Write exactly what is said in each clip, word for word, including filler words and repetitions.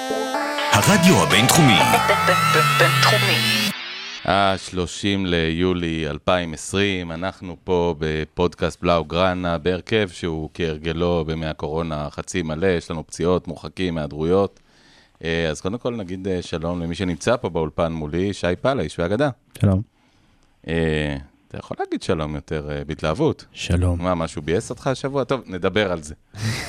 הרדיו הבינתחומי. בינתחומי. ה-שלושים ליולי אלפיים עשרים, אנחנו פה בפודקאסט בלאו גרנה, בהרכב שהוא כהרגלו בימי הקורונה חצי מלא, יש לנו פציעות, מורחקים, מהדרויות. אז קודם כל נגיד שלום למי שנמצא פה באולפן מולי, שי פאלה, איש והגדה. שלום. אתה יכול להגיד שלום יותר בהתלהבות? שלום. מה, משהו בייס אותך השבוע? טוב, נדבר על זה.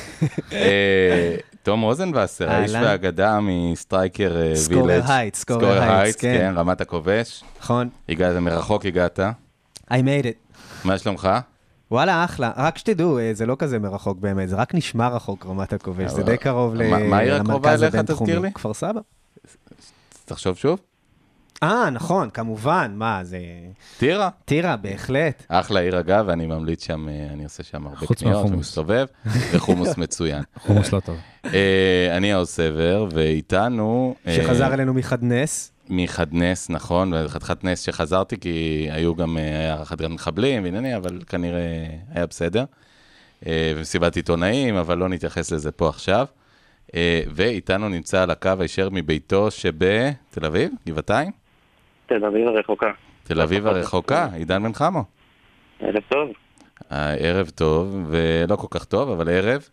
תום רוזנבסר, האיש והגדה מסטרייקר וילג'. סקורר הייטס, סקורר הייטס, כן, רמת הכובש. נכון. הגעת מרחוק, הגעת. I made it. מה שלומך? וואלה, אחלה. רק שתדעו, זה לא כזה מרחוק באמת, זה רק נשמע רחוק רמת הכובש, זה די קרוב למרכז הבינתחומי. כפר סבא. תחשוב שוב. אה, נכון, כמובן, מה, זה... טירה. טירה, בהחלט. אחלה עיר אגב, ואני ממליץ שם, אני עושה שם הרבה קניות, ומסתובב, וחומוס מצוין. חומוס לא טוב. אני האוז סבר, ואיתנו... שחזר אלינו מחדנס. מחדנס, נכון, וחתיכת נס שחזרתי, כי היו גם, היה חדרת מחבלים, וענייני, אבל כנראה היה בסדר. ומסיבת עיתונאים, אבל לא נתייחס לזה פה עכשיו. ואיתנו נמצא על הקו הישר מביתו שבתל אביב, גבעתיים? תל אביב הרחוקה. תל אביב הרחוקה, עידן בן חמו. ערב טוב. ערב טוב, ולא כל כך טוב, אבל ערב.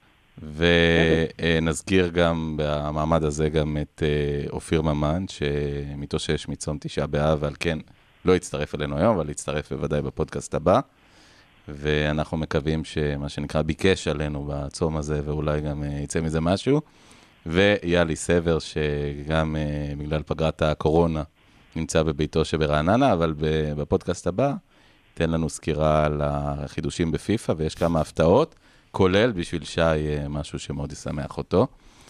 ונזכיר גם במעמד הזה גם את אופיר ממן, שמתאושש מצום תשעה באב, ועל כן לא יצטרף אלינו היום, אבל יצטרף בוודאי בפודקאסט הבא. ואנחנו מקווים שמה שנקרא ביקש עלינו בצום הזה, ואולי גם יצא מזה משהו. ויאלי סבר, שגם בגלל פגרת הקורונה נמצא בביתו שברעננה, אבל בפודקאסט הבא תן לנו סקירה על החידושים בפיפה, ויש כמה הפתעות, כולל בשביל שי משהו שמאוד ישמח אותו.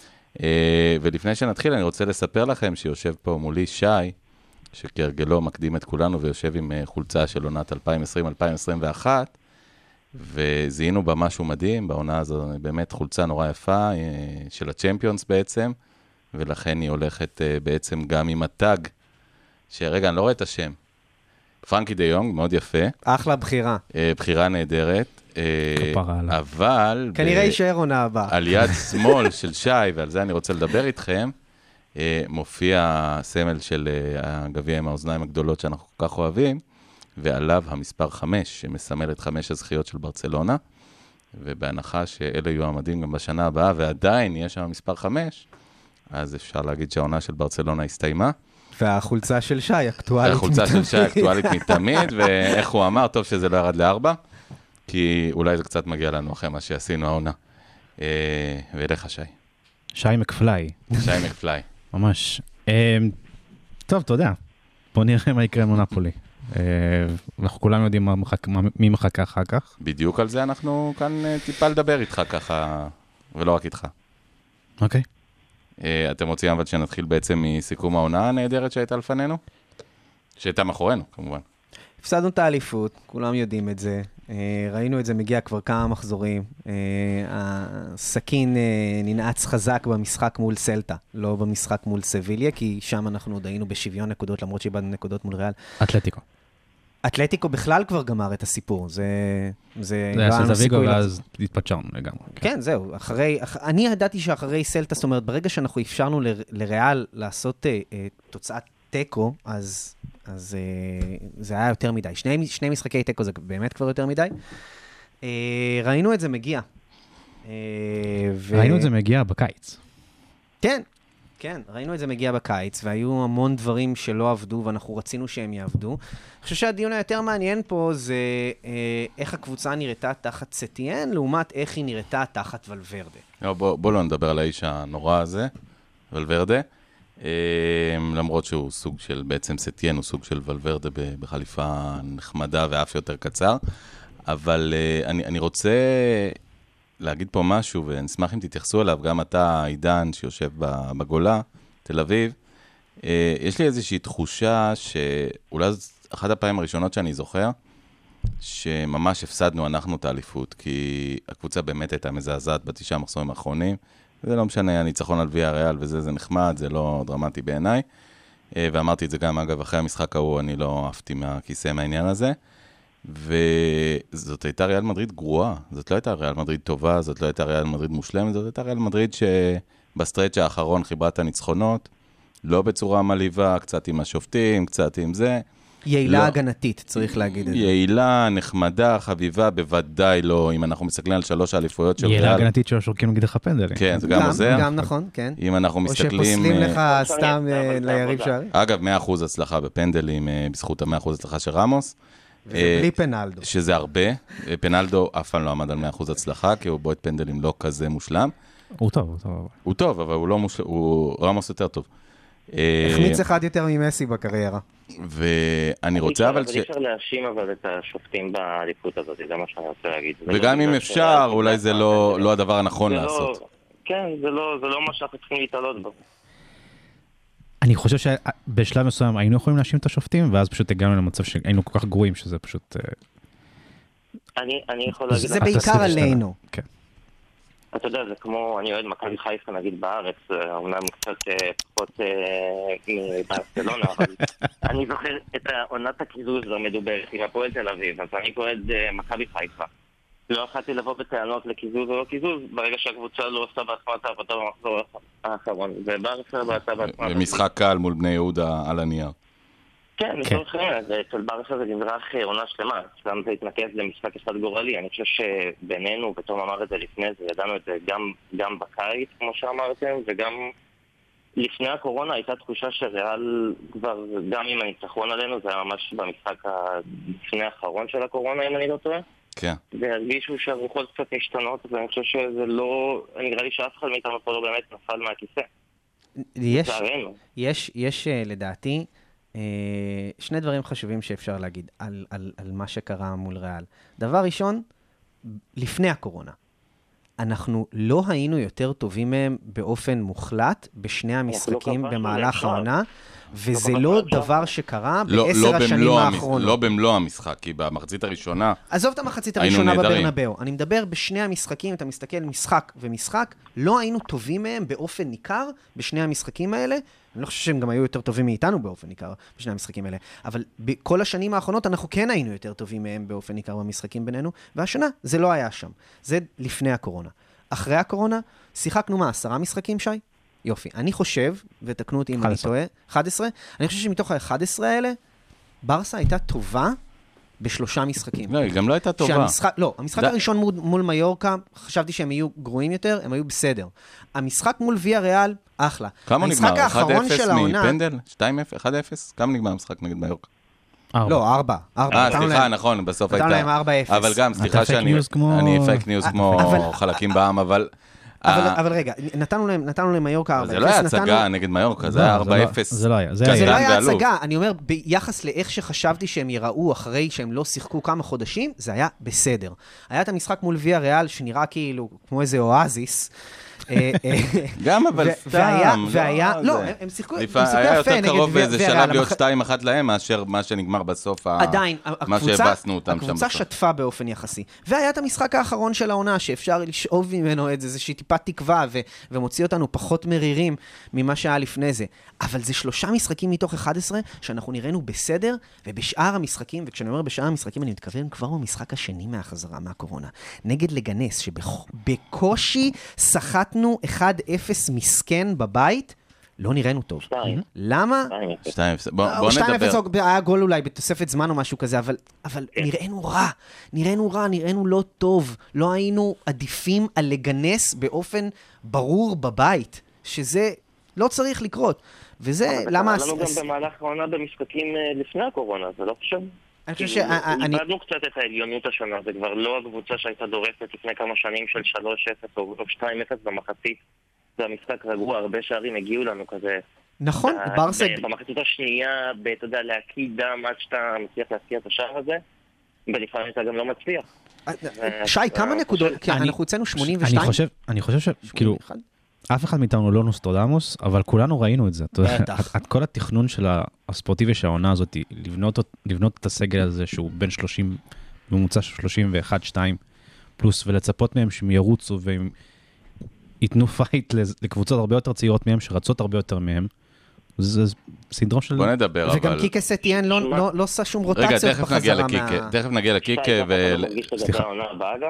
ולפני שנתחיל, אני רוצה לספר לכם שיושב פה מולי שי, שכהרגלו מקדים את כולנו, ויושב עם חולצה של עונת אלפיים עשרים אלפיים עשרים ואחת, וזיהינו בה משהו מדהים, בעונה הזו באמת חולצה נורא יפה, של הצ'מפיונס בעצם, ולכן היא הולכת בעצם גם עם הטאג, שרגע, אני לא רואה את השם, פרנקי די יונג, מאוד יפה. אחלה בחירה. בחירה נהדרת. אבל... כנראה יישאר עונה הבאה. על יד שמאל של שי, ועל זה אני רוצה לדבר איתכם, מופיע סמל של הגביע עם האוזניים הגדולות שאנחנו כל כך אוהבים, ועליו המספר חמש, שמסמל את חמש הזכיות של ברצלונה, ובהנחה שאלה יהיו המדים גם בשנה הבאה, ועדיין יש שם מספר חמש, אז אפשר להגיד שהעונה של ברצלונה הסתיימה. והחולצה של שי אקטואלית. החולצה של שי אקטואלית מתמיד, ואיך הוא אמר, טוב שזה לא ירד לארבע, כי אולי זה קצת מגיע לנו אחרי מה שעשינו העונה. ואליך שי. שי מקפליי. שי מקפליי. ממש. טוב, אתה יודע, בוא נראה מה יקרה עם נפולי. אנחנו כולם יודעים מי מחכה אחר כך. בדיוק על זה אנחנו כאן טיפה לדבר איתך ככה, ולא רק איתך. אוקיי. אתם רוצים אבל שנתחיל בעצם מסיכום העונה הנהדרת שהייתה לפנינו? שהייתה מאחורינו, כמובן. הפסדנו את האליפות, כולם יודעים את זה. ראינו את זה מגיע כבר כמה מחזורים. הסכין ננעץ חזק במשחק מול סלטה, לא במשחק מול סביליה, כי שם אנחנו עוד היינו בשוויון נקודות, למרות שאיבדנו נקודות מול ריאל. אתלטיקו. אתלטיקו בכלל כבר גמר את הסיפור. זה... זה היה סלטה ואז התפצ'רנו לגמרי. כן, זהו. אחרי... אני ידעתי שאחרי סלטה, זאת אומרת, ברגע שאנחנו אפשרנו לריאל לעשות תוצאת טקו, אז... אז uh, זה היה יותר מדי. שני, שני משחקי טקו זה באמת כבר יותר מדי. Uh, ראינו את זה מגיע. Uh, ו... ראינו את זה מגיע בקיץ. כן, כן, ראינו את זה מגיע בקיץ, והיו המון דברים שלא עבדו, ואנחנו רצינו שהם יעבדו. אני חושב שהדיון היותר מעניין פה זה uh, איך הקבוצה נראתה תחת סטיין, לעומת איך היא נראתה תחת ולוורדה. בוא, בוא לא נדבר על האיש הנורא הזה, ולוורדה. למרות שהוא סוג של, בעצם סטיין הוא סוג של ולוורדה בחליפה נחמדה ואף יותר קצר, אבל אני, אני רוצה להגיד פה משהו, ונשמח אם תתייחסו אליו, גם אתה, עידן, שיושב בגולה, תל אביב, יש לי איזושהי תחושה שאולי אחת הפעמים הראשונות שאני זוכר, שממש הפסדנו אנחנו את האליפות, כי הקבוצה באמת הייתה מזעזעת בתשעה מחזורים האחרונים, זה לא משנה, הניצחון על ויה ריאל וזה, זה נחמד, זה לא דרמטי בעיניי. ואמרתי את זה גם, אגב, אחרי המשחק ההוא, אני לא אהבתי מהכיסא מהעניין הזה. וזאת הייתה ריאל מדריד גרועה. זאת לא הייתה ריאל מדריד טובה, זאת לא הייתה ריאל מדריד מושלמת, זאת הייתה ריאל מדריד בסטרץ' האחרון חיברה את הניצחונות, לא בצורה מלאיבה, קצת עם השופטים, קצת עם זה. יעילה לא. הגנתית, צריך להגיד את זה. יעילה, נחמדה, חביבה, בוודאי לא, אם אנחנו מסתכלים על שלוש האליפויות של ריאל. יעילה הגנתית שלא שורקים נגיד לך פנדלים. כן, זה גם עוזר. גם נכון, כן. אם אנחנו או מסתכלים... שפוסלים לך סתם אבל זה ליריב עבודה. שערים. אגב, מאה אחוז הצלחה בפנדלים, אה, בזכות ה-מאה אחוז הצלחה של רמוס. וזה בלי פנלדו. שזה הרבה. אה, פנלדו אף פעם לא עמד על מאה אחוז הצלחה, כי הוא בועט פנדלים לא כזה מושלם. הוא טוב, הוא טוב. הוא טוב, אבל הוא לא מושלם, הוא רמוס יותר טוב. אה, החמיץ אחד יותר ממסי בקריירה. ואני רוצה אבל ש... אי אפשר להאשים אבל את השופטים באליפות הזאת, זה מה שאני רוצה להגיד. וגם אם אפשר, אולי זה לא לא הדבר הנכון לעשות. כן, זה לא מה שאנחנו צריכים להתעלות בו. אני חושב שבשלב מסוים היינו יכולים להאשים את השופטים, ואז פשוט הגענו למצב שהיינו כל כך גרועים, שזה פשוט... אני יכול להגיד... זה בעיקר עלינו. כן. אתה יודע, זה כמו, אני אוהד מכבי חיפה נגיד בארץ, אומנם קצת פחות מברצלונה, אבל אני זוכר את עונת הקיזוז המדוברת עם הפועל תל אביב, אז אני אוהד מכבי חיפה. לא יכולתי לבוא בטענות לקיזוז או לא קיזוז, ברגע שהקבוצה לא עושה בעצמה את העבודה במחזור האחרון, וברצה בעצה בעצמה. ומשחק קל מול בני יהודה על הנייר. כן, לצורך העניין, אצל ברסה זה נזרח עונה שלמה, גם זה התנקז למשחק אחד גורלי, אני חושב שבינינו, ותום אמר את זה לפני זה, ידענו את זה גם, גם בקיץ, כמו שאמרתם, וגם לפני הקורונה הייתה תחושה שריאל כבר, גם עם הניצחון עלינו, זה היה ממש במשחק לפני האחרון של הקורונה, אם אני לא טועה. כן. והרגישו שהרוחות קצת משתנות, ואני חושב שזה לא, נראה לי שאף אחד מאיתנו פה לא באמת נפל מהכיסא. יש, יש, יש לדעתי, שני דברים חשובים שאפשר להגיד על, על, על מה שקרה מול ריאל. דבר ראשון, לפני הקורונה, אנחנו לא היינו יותר טובים מהם באופן מוחלט בשני המשחקים במהלך העונה, וזה לא דבר שקרה בעשר השנים האחרונות. לא במלוא המשחק, כי במחצית הראשונה עזוב את המחצית הראשונה בברנבאו. אני מדבר בשני המשחקים, אתה מסתכל משחק ומשחק, לא היינו טובים מהם באופן ניכר בשני המשחקים האלה. אני לא חושב שהם גם היו יותר טובים מאיתנו באופן ניכר בשני המשחקים האלה, אבל בכל השנים האחרונות אנחנו כן היינו יותר טובים מהם באופן ניכר במשחקים בינינו, והשנה זה לא היה שם. זה לפני הקורונה. אחרי הקורונה, שיחקנו מה, עשרה משחקים, שי? יופי. אני חושב, ותקנו אותי אם אני טועה, אחת עשרה, אני חושב שמתוך ה-אחד עשר האלה, ברסה הייתה טובה בשלושה משחקים. לא, היא גם לא הייתה טובה. שהמשחק, לא, המשחק הראשון מול, מול מיורקה, חשבתי שהם יהיו גרועים יותר, הם היו בסדר. המשחק מול ויה ריאל, אחלה. כמה נגמר? אחד אפס מפנדל? שתיים אפס? אחד אפס? כמה נגמר המשחק נגד מיורקה? לא, ארבע. אה, סליחה, נכון, בסוף הייתה. נתנו להם ארבע אפס. אבל גם, סליחה שאני... אני פייק ניוז כמו חלקים בעם, אבל... אבל רגע, נתנו להם, נתנו להם מיורקה ארבע אפס. זה לא היה הצגה נגד מיורקה, זה היה ארבע אפס. זה לא היה. זה לא היה הצגה, אני אומר, ביחס לאיך שחשבתי שהם יראו אחרי שהם לא שיחקו כמה חודשים, זה היה בסדר. היה את המשחק מול ויה ריאל, שנראה כאילו כמו איזה אואזיס. גם אבל סתם. והיה, לא, הם שיחקו יפה נגד ויה ריאל. היה יותר קרוב באיזה שלב להיות שתיים אחת להם, מאשר מה שנגמר בסוף, עדיין, מה שהבסנו אותם שם. הקבוצה שטפה באופן יחסי. והיה את המשחק האחרון של העונה, שאפשר לשאוב ממנו איזושהי טיפת תקווה, ומוציא אותנו פחות מרירים ממה שהיה לפני זה. אבל זה שלושה משחקים מתוך אחד עשר, שאנחנו נראינו בסדר, ובשאר המשחקים, וכשאני אומר בשאר המשחקים, אני מתכוון כבר במשחק השני מהחזרה מהקורונה. נגד לגנס, שבקושי שחטנו אחד אפס מסכן בבית, לא נראינו טוב. למה? שתיים אפס. בוא נדבר. שתיים אפס היה גול אולי בתוספת זמן או משהו כזה, אבל נראינו רע. נראינו רע, נראינו לא טוב. לא היינו עדיפים על לגנס באופן ברור בבית, שזה לא צריך לקרות. וזה למה... אבל לנו גם במהלך העונה במשחקים לפני הקורונה, זה לא חושב? אני חושב שאני... איבדנו קצת את העליונות השנה, זה כבר לא הקבוצה שהייתה דורסת לפני כמה שנים של שלוש אפס או שתיים אפס במחצית. זה המשחק רגוע, הרבה שערים הגיעו לנו כזה. נכון, ברסה... במחצית השנייה, אתה יודע, להקיא דם עד שאתה מצליח להפקיע את השער הזה, ולפעמים אתה גם לא מצליח. שי, כמה נקודות? כי אנחנו הוצאנו שמונים ושתיים. אני חושב שכאילו... אף אחד מאיתנו לא נוסטרדמוס, אבל כולנו ראינו את זה. את כל התכנון של הספורטיבי של העונה הזאת, לבנות את הסגל הזה שהוא בין שלושים, ממוצע שלושים ואחת שתיים פלוס, ולצפות מהם שהם ירוצו והם ייתנו פייט לקבוצות הרבה יותר צעירות מהם, שרצות הרבה יותר מהם. זה סינדרום של... בוא נדבר, אבל... וגם קיקה סטיין לא עושה שום רוטציות בחזרה מה... רגע, תכף נגיע לקיקה. תכף נגיע לקיקה ו... סליחה. העונה הבאה גם?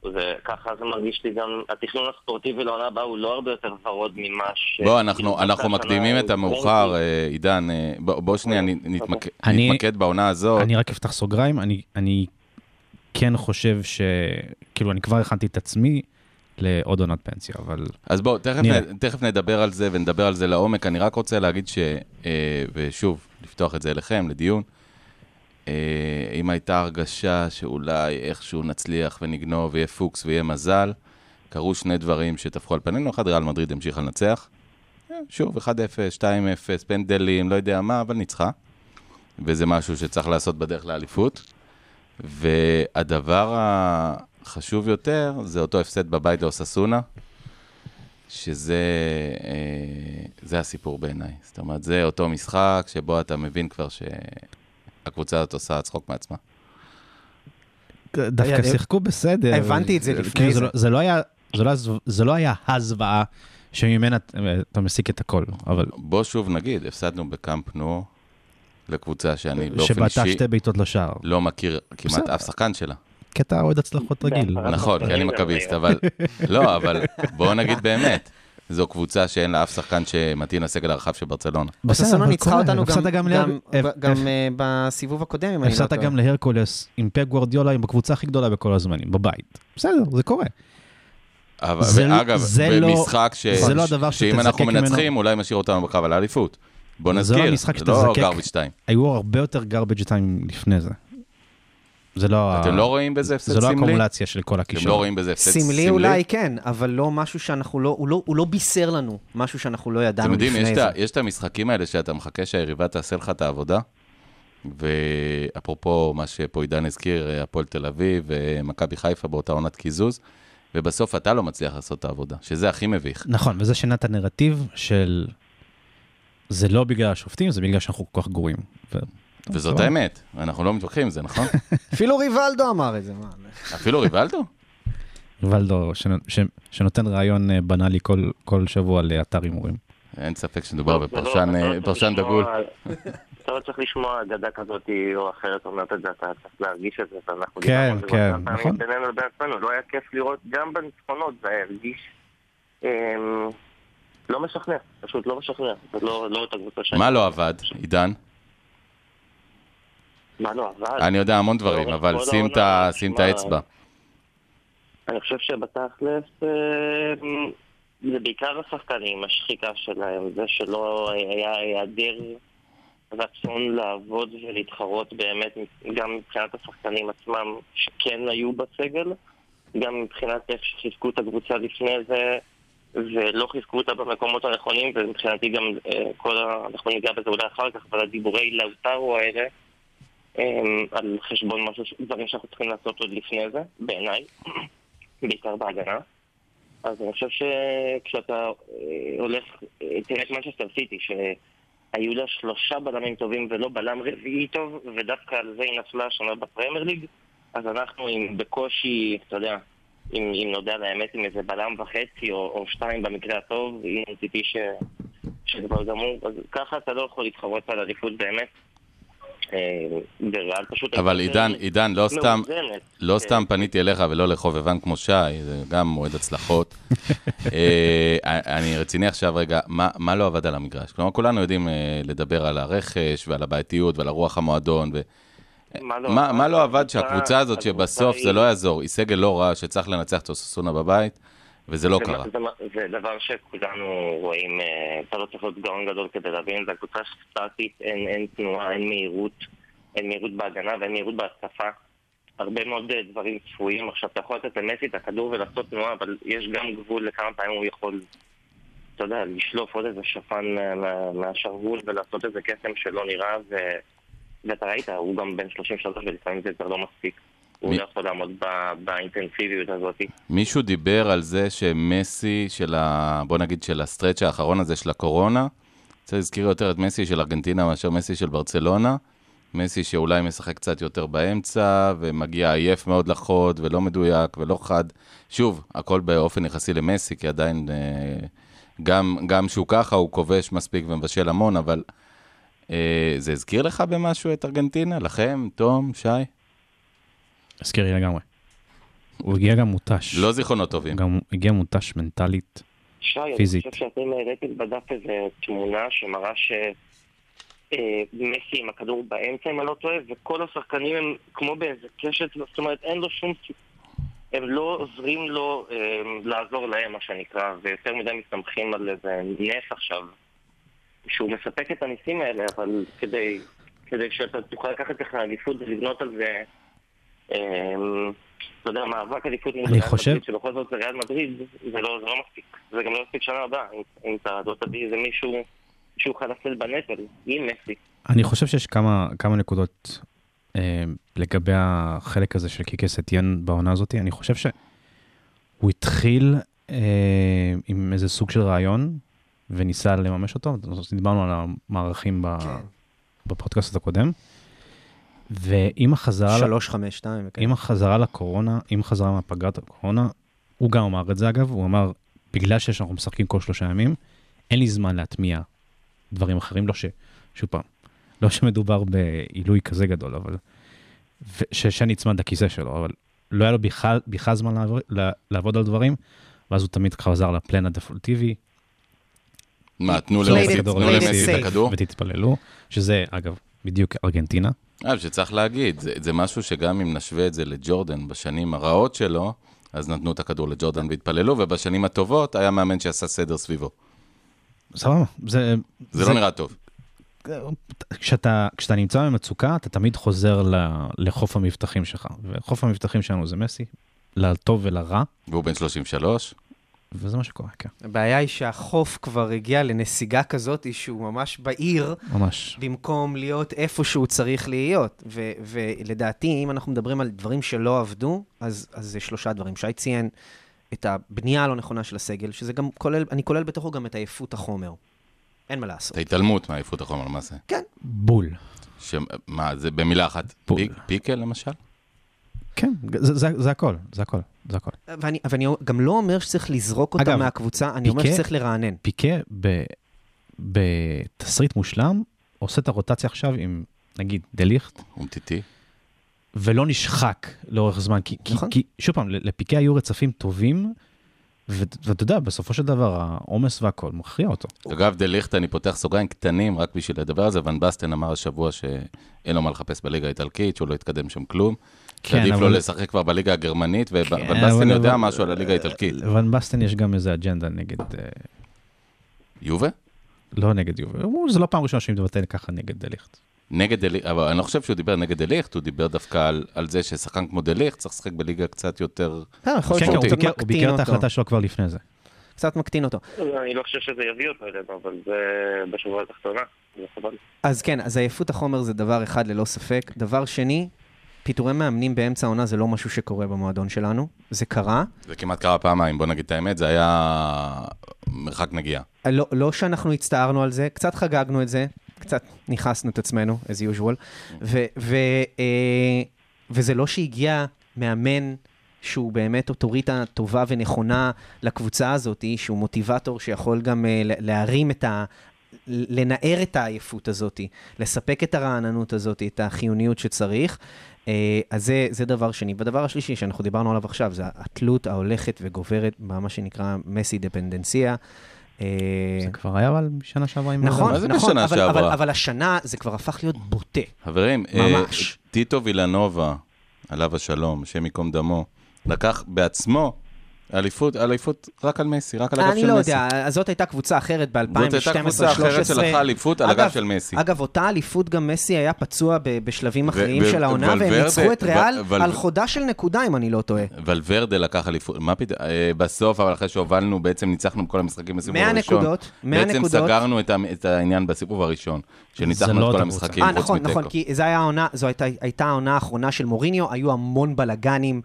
זה, ככה זה מרגיש לי גם, התכנון הספורטיבי לעונה הבאה הוא לא הרבה יותר ורוד ממה ש... בוא, אנחנו, אנחנו מקדימים את המאוחר, עידן, בוא, בוא שנייה, נתמקד, אני, נתמקד בעונה הזאת. אני רק אפתח סוגריים, אני, אני כן חושב ש... כאילו, אני כבר הכנתי את עצמי לעוד עונת פנסיה, אבל... אז בוא, תכף, נ, תכף נדבר על זה, ונדבר על זה לעומק. אני רק רוצה להגיד ש... ושוב, לפתוח את זה אליכם, לדיון. אם הייתה הרגשה שאולי איכשהו נצליח ונגנוב ויהיה פוקס ויהיה מזל, קרו שני דברים שתפחו על פנינו. אחד, ריאל מדריד המשיך לנצח. שוב, אחד אפס, שתיים אפס, פנדלים, לא יודע מה, אבל ניצחה. וזה משהו שצריך לעשות בדרך לאליפות. והדבר החשוב יותר, זה אותו הפסד בבית לאוססונה, שזה זה הסיפור בעיניי. זאת אומרת, זה אותו משחק שבו אתה מבין כבר שהקבוצה הזאת עושה צחוק מעצמה. דווקא שיחקו בסדר. הבנתי את זה לפני זה. זה לא היה הזוועה שממנה אתה מסיק את הכל. בוא שוב נגיד, הפסדנו בקאמפ נו לקבוצה שאני באופן שבעטה אישי שתי בעיטות לשער. לא מכיר כמעט אף שחקן שלה. קטע עוד הצלחות רגיל. נכון, כי אני מכביסט, אבל לא, אבל בואו נגיד באמת, זו קבוצה שאין לה אף שחקן שמתאים לסגל הרחב של ברצלונה. אוססונה ניצחה אותנו גם בסיבוב הקודם. הפסדת גם להרקולס עם פפ גוארדיולה, עם הקבוצה הכי גדולה בכל הזמנים, בבית. בסדר, זה קורה. ואגב, במשחק שאם אנחנו מנצחים, אולי משאיר אותנו בקרב על האליפות. בוא נזכיר, זה לא גרביץ' שתיים. היו הרבה יותר גרביץ' שתיים לפני זה. זה לא... אתם לא רואים בזה הפסד סמלי? זה לא הקומולציה של כל הקישור. אתם לא רואים בזה הפסד סמלי? סמלי אולי כן, אבל לא משהו שאנחנו לא... הוא לא בישר לנו, משהו שאנחנו לא ידענו לפני זה. אתם יודעים, יש את המשחקים האלה שאתה מחכה שהיריבה תעשה לך את העבודה, ואפרופו מה שפה עידן הזכיר, הפועל תל אביב ומכבי חיפה באותה עונת קיזוז, ובסוף אתה לא מצליח לעשות את העבודה, שזה הכי מביך. נכון, וזה שינה את הנרטיב של... זה לא בגלל השופטים, זה בגלל שאנחנו כל כך גרועים. וזאת האמת, אנחנו לא מתווכחים עם זה, נכון? אפילו ריבלדו אמר את זה. אפילו ריבלדו? ריבלדו, שנותן רעיון בנאלי כל שבוע לאתר הימורים. אין ספק שמדובר בפרשן דגול. אתה לא צריך לשמוע אגדה כזאת או אחרת אומרת את זה, אתה צריך להרגיש את זה. כן, כן, נכון. בינינו לבין עצמנו, לא היה כיף לראות גם בניצחונות, זה היה הרגיש לא משכנע, פשוט לא משכנע. מה לא עבד, עידן? מה לא עבד? אני יודע המון דברים, אבל שים את האצבע. אני חושב שבתכלס זה בעיקר השחקנים, השחיקה שלהם, זה שלא היה היעדר רצון לעבוד ולהתחרות באמת, גם מבחינת השחקנים עצמם שכן היו בסגל, גם מבחינת איך שחיזקו את הקבוצה לפני זה, ולא חיזקו אותה במקומות הנכונים, ומבחינתי גם כל ה... אנחנו ניגע בזה אולי אחר כך, אבל הדיבורי לאוטרו האלה, על חשבון משהו, דברים שאנחנו צריכים לעשות עוד לפני זה, בעיניי, בעיקר בהגנה. אז אני חושב שכשאתה הולך, תראה את מנצ'סטר סיטי, שהיו לה שלושה בלמים טובים ולא בלם רביעי טוב, ודווקא על זה היא נפלה השנה בפרמייר ליג, אז אנחנו עם בקושי, אתה יודע, אם, אם נודע לאמת עם איזה בלם וחצי או, או שתיים במקרה הטוב, אם ציפי ש... שדבר גמור, אז ככה אתה לא יכול להתחרות על עדיפות באמת. אבל עידן, עידן, לא סתם, לא סתם פניתי אליך ולא לחובבן כמו שי, זה גם מועד הצלחות. אני רציני עכשיו רגע, מה לא עבד על המגרש? כלומר, כולנו יודעים לדבר על הרכש ועל הבעייתיות ועל הרוח המועדון. מה לא עבד שהקבוצה הזאת שבסוף זה לא יעזור, היא סגל לא רע שצריך לנצח את אוססונה בבית, וזה לא קרה. זה דבר שכולנו רואים, אתה לא צריך להיות גאון גדול כדי להבין, זה הקבוצה סטטית, אין תנועה, אין מהירות, אין מהירות בהגנה ואין מהירות בהתקפה. הרבה מאוד דברים צפויים. עכשיו, אתה יכול לתת למסי את הכדור ולעשות תנועה, אבל יש גם גבול לכמה פעמים הוא יכול, אתה יודע, לשלוף עוד איזה שפן מהשרוול ולעשות איזה קסם שלא נראה, ואתה ראית, הוא גם בין שלושים ושלוש ולפעמים זה יותר לא מספיק. הוא לא יכול לעמוד באינטנסיביות הזאת. מישהו דיבר על זה שמסי של ה... בוא נגיד של הסטרץ' האחרון הזה של הקורונה, צריך להזכיר יותר את מסי של ארגנטינה מאשר מסי של ברצלונה, מסי שאולי משחק קצת יותר באמצע, ומגיע עייף מאוד לחוד, ולא מדויק, ולא חד. שוב, הכל באופן יחסי למסי, כי עדיין, גם, גם שהוא ככה, הוא כובש מספיק ומבשל המון, אבל זה הזכיר לך במשהו את ארגנטינה? לכם, תום, שי? הזכיר לי לגמרי. הוא הגיע גם מוטש. לא זיכרונות טובים. גם הגיע מוטש מנטלית, פיזית. אני חושב שאתם הראיתם בדף איזה תמונה שמראה ש... מסי עם הכדור באמצע, אם אני לא טועה, וכל השחקנים הם כמו באיזה קשת, זאת אומרת, אין לו שום... הם לא עוזרים לו אה, לעזור להם, מה שנקרא, ויותר מדי מסתמכים על איזה נס עכשיו, שהוא מספק את הניסים האלה, אבל כדי, כדי שאתה תוכל לקחת לך אליפות ולבנות על זה, אה, אתה יודע, מאבק אליפות מול ריאל מדריד, שבכל זאת זה ריאל מדריד, זה לא, זה לא מספיק. זה גם לא מספיק שנה הבאה, אם, אם אתה לא תביא איזה מישהו... שהוא חלפל בנטל, עם מסי. אני חושב שיש כמה, כמה נקודות אה, לגבי החלק הזה של קיקה סטיין בעונה הזאת. אני חושב שהוא התחיל אה, עם איזה סוג של רעיון, וניסה לממש אותו. דיברנו על המערכים ב, כן. בפודקאסט הקודם. ועם החזרה... שלוש, חמש, שתיים. עם החזרה לקורונה, עם החזרה מהפגרת הקורונה, הוא גם אמר את זה אגב, הוא אמר, בגלל שאנחנו משחקים כל שלושה ימים, אין לי זמן להטמיע דברים אחרים, לא ש... שוב פעם, לא שמדובר בעילוי כזה גדול, אבל... ש... שאני אצמד לכיסא שלו, אבל לא היה לו בכלל, בכלל זמן לעבוד, לעבוד על דברים, ואז הוא תמיד חזר לפלן הדפולטיבי. מה, תנו למסי את הכדור? ותתפללו, שזה, אגב, בדיוק ארגנטינה. אבל שצריך להגיד, זה, זה משהו שגם אם נשווה את זה לג'ורדן בשנים הרעות שלו, אז נתנו את הכדור לג'ורדן והתפללו, ובשנים הטובות היה מאמן שעשה סדר סביבו. סבבה, זה... זה לא נראה טוב. כשאתה, כשאתה נמצא במצוקה, אתה תמיד חוזר לחוף המבטחים שלך. וחוף המבטחים שלנו זה מסי, לטוב ולרע. והוא בן שלושים ושלוש. וזה מה שקורה, כן. הבעיה היא שהחוף כבר הגיע לנסיגה כזאת, שהוא ממש בעיר, ממש. במקום להיות איפה שהוא צריך להיות. ו- ולדעתי, אם אנחנו מדברים על דברים שלא עבדו, אז, אז זה שלושה דברים. שי ציין את הבנייה הלא נכונה של הסגל, שזה גם כולל, אני כולל בתוכו גם את עייפות החומר. אין מה לעשות. את ההתעלמות מהעייפות החומר, מה זה? כן. בול. ש... מה, זה במילה אחת? בול. פיק, פיקל למשל? כן, זה, זה, זה הכל, זה הכל, זה הכל. ואני, ואני גם לא אומר שצריך לזרוק אותה אגב, מהקבוצה, אני פיקה, אומר שצריך לרענן. פיקה ב, בתסריט מושלם, עושה את הרוטציה עכשיו עם, נגיד, דליכט. אומטיטי. ולא נשחק לאורך זמן, כי, נכון. כי, כי שוב פעם, לפיקה היו רצפים טובים, ואתה יודע, בסופו של דבר, העומס והכל מכריע אותו. אגב, דליכט, אני פותח סוגריים קטנים, רק בשביל לדבר על זה, ון בסטן אמר השבוע שאין לו מה לחפש בליגה האיטלקית, שהוא לא יתקדם שם כלום, שעדיף לו לשחק כבר בליגה הגרמנית, וון בסטן יודע משהו על הליגה האיטלקית. ון בסטן יש גם איזה אג'נדה נגד... יובה? לא נגד יובה, זה לא פעם ראשונה שאני מבטל ככה נגד דליכט. נגד דליכט, אבל אני לא חושב שהוא דיבר נגד דליכט, הוא דיבר דווקא על, על זה ששחקן כמו דליכט צריך לשחק בליגה קצת יותר... כן, הוא ביקר את ההחלטה שלו כבר לפני זה. קצת מקטין אותו. אני לא חושב שזה יביא אותו אלינו, אבל זה בשורה התחתונה, זה חבל. אז כן, אז עייפות החומר זה דבר אחד ללא ספק. דבר שני, פיטורי מאמנים באמצע העונה זה לא משהו שקורה במועדון שלנו, זה קרה. זה כמעט קרה פעמיים, בוא נגיד את האמת, זה היה מרחק נגיעה. לא, לא שאנחנו הצטערנו על זה, קצת חגגנו את זה, קצת נכנסנו את עצמנו, as usual, ו, ו, אה, וזה לא שהגיע מאמן שהוא באמת אוטוריטה טובה ונכונה לקבוצה הזאת, שהוא מוטיבטור שיכול גם אה, להרים את ה... לנער את העייפות הזאת, לספק את הרעננות הזאת, את החיוניות שצריך, אז זה, זה דבר שני. והדבר השלישי שאנחנו דיברנו עליו עכשיו, זה התלות ההולכת וגוברת, במה שנקרא מסי דפנדנציה. זה כבר היה אבל בשנה שעברה. נכון, נכון, אבל, אבל, אבל השנה זה כבר הפך להיות בוטה. חברים, ממש. טיטו וילנובה, עליו השלום, שם יקום דמו, לקח בעצמו, אליפות, אליפות רק על מסי, רק על הגב של מסי. אני לא יודע, זאת הייתה קבוצה אחרת ב-אלפיים ושתים עשרה שלוש עשרה. זאת הייתה קבוצה אחרת שלקחה אליפות על הגב של מסי. אגב, אותה אליפות גם מסי היה פצוע בשלבים אחרים של העונה, והם ניצחו את ריאל על חודה של נקודה, אם אני לא טועה. ולוורדה לקח אליפות, מה פתאום? בסוף, אבל אחרי שהובלנו, בעצם ניצחנו בכל המשחקים בסיבוב מאה הראשון. נקודות, מאה בעצם נקודות. סגרנו את העניין בסיבוב הראשון, שניצחנו את כל המשחקים חוץ נכון, מתיקו. נכון, כי זו הייתה העונה האחרונה של מוריניו, היו המון בלגנים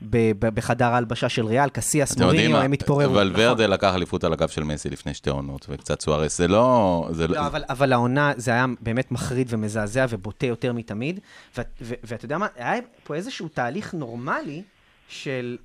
בחדר ההלבשה של ריאל, קסיאס, מוריניו, הם התפוררו. ולוורדה לקח אליפות על הגב של מסי לפני שתי עונות, וקצת סוארס. זה לא... לא, אבל העונה, זה היה באמת מחריד ומזעזע ובוטה יותר מתמיד, ואתה יודע מה, היה פה איזשהו תהליך נורמלי של...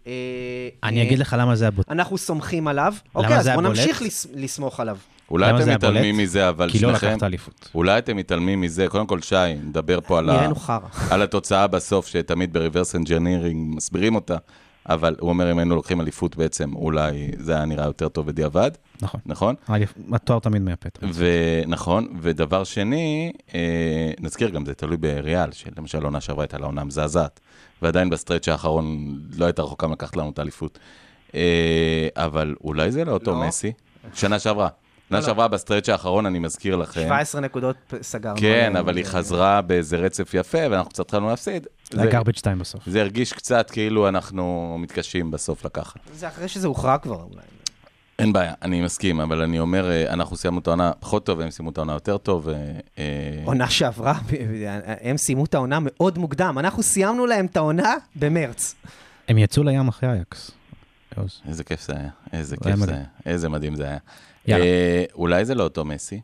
אני אגיד לך למה זה הבוטה. אנחנו סומכים עליו. אוקיי, אז בוא נמשיך לסמוך עליו. אולי אתם מתעלמים מזה, אבל שניכם... כי לא לקחת אליפות. אולי אתם מתעלמים מזה, קודם כל שי, נדבר פה על, ה... על התוצאה בסוף, שתמיד בריברס אנג'ינירינג מסבירים אותה. אבל הוא אומר, אם היינו לוקחים אליפות בעצם, אולי זה היה נראה יותר טוב בדיעבד. נכון. נכון? התואר תמיד מייפת. ונכון, ודבר שני, אה, נזכיר גם, זה תלוי בריאל, שלמשל עונה שעברה הייתה לעונה מזעזעת, ועדיין בסטרץ' האחרון לא הייתה רחוקה לקחת לנו את האליפות. אה, אבל אולי זה לא אותו לא. מסי. שנה שעברה. שנה שעברה בסטרץ' האחרון, אני מזכיר לכם. שבע עשרה נקודות סגרנו. כן, אבל היא חזרה באיזה רצף יפה, ואנחנו קצת התחלנו להפסיד. זה היה גרבג' שתיים בסוף. זה הרגיש קצת כאילו אנחנו מתקשים בסוף לקחת. זה אחרי שזה הוכרע כבר אולי. אין בעיה, אני מסכים, אבל אני אומר, אנחנו סיימנו את העונה פחות טוב, והם סיימו את העונה יותר טוב. עונה שעברה, הם סיימו את העונה מאוד מוקדם. אנחנו סיימנו להם את העונה במרץ. הם יצאו לים אחרי אייקס. איזה כיף זה היה, איזה כיף זה היה, איזה מדהים זה היה. אולי זה לא אותו מסי?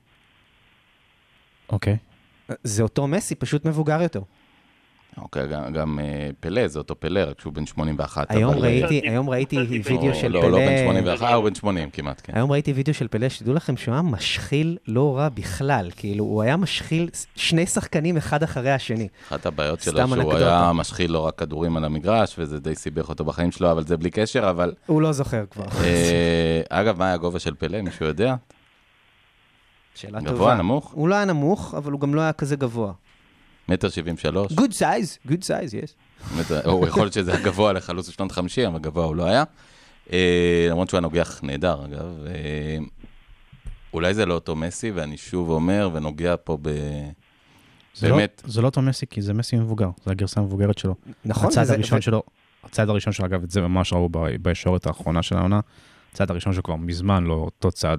אוקיי. זה אותו מסי, פשוט מבוגר יותר. אוקיי, גם פלה, זה אותו פלה, רק שהוא בן שמונים ואחת. היום ראיתי וידאו של פלה. לא, לא בן שמונים ואחת, הוא בן שמונים כמעט, כן. היום ראיתי וידאו של פלה, שתדעו לכם שהוא היה משחיל לא רע בכלל, כאילו הוא היה משחיל שני שחקנים אחד אחרי השני. אחת הבעיות שלו שהוא היה משחיל לא רק כדורים על המגרש, וזה די סיבך אותו בחיים שלו, אבל זה בלי קשר, אבל... הוא לא זוכר כבר. אגב, מה היה הגובה של פלה, מישהו יודע? שאלה טובה. גבוה, נמוך? הוא לא היה נמוך, אבל הוא גם לא היה כזה גבוה. מטר שבעים ושלוש. Good size, good size, yes. הוא יכול להיות שזה היה גבוה לחלוץ בשנות חמישים, אבל גבוה הוא לא היה. למרות שהוא היה נוגח נהדר, אגב. אולי זה לא אותו מסי, ואני שוב אומר, ונוגע פה ב... באמת... זה לא אותו מסי, כי זה מסי מבוגר. זה הגרסה המבוגרת שלו. נכון. הצעד הראשון שלו, הצעד הראשון שלו, אגב, את זה ממש ראו בישורת האחרונה של העונה. הצעד הראשון שלו כבר מזמן לא אותו צעד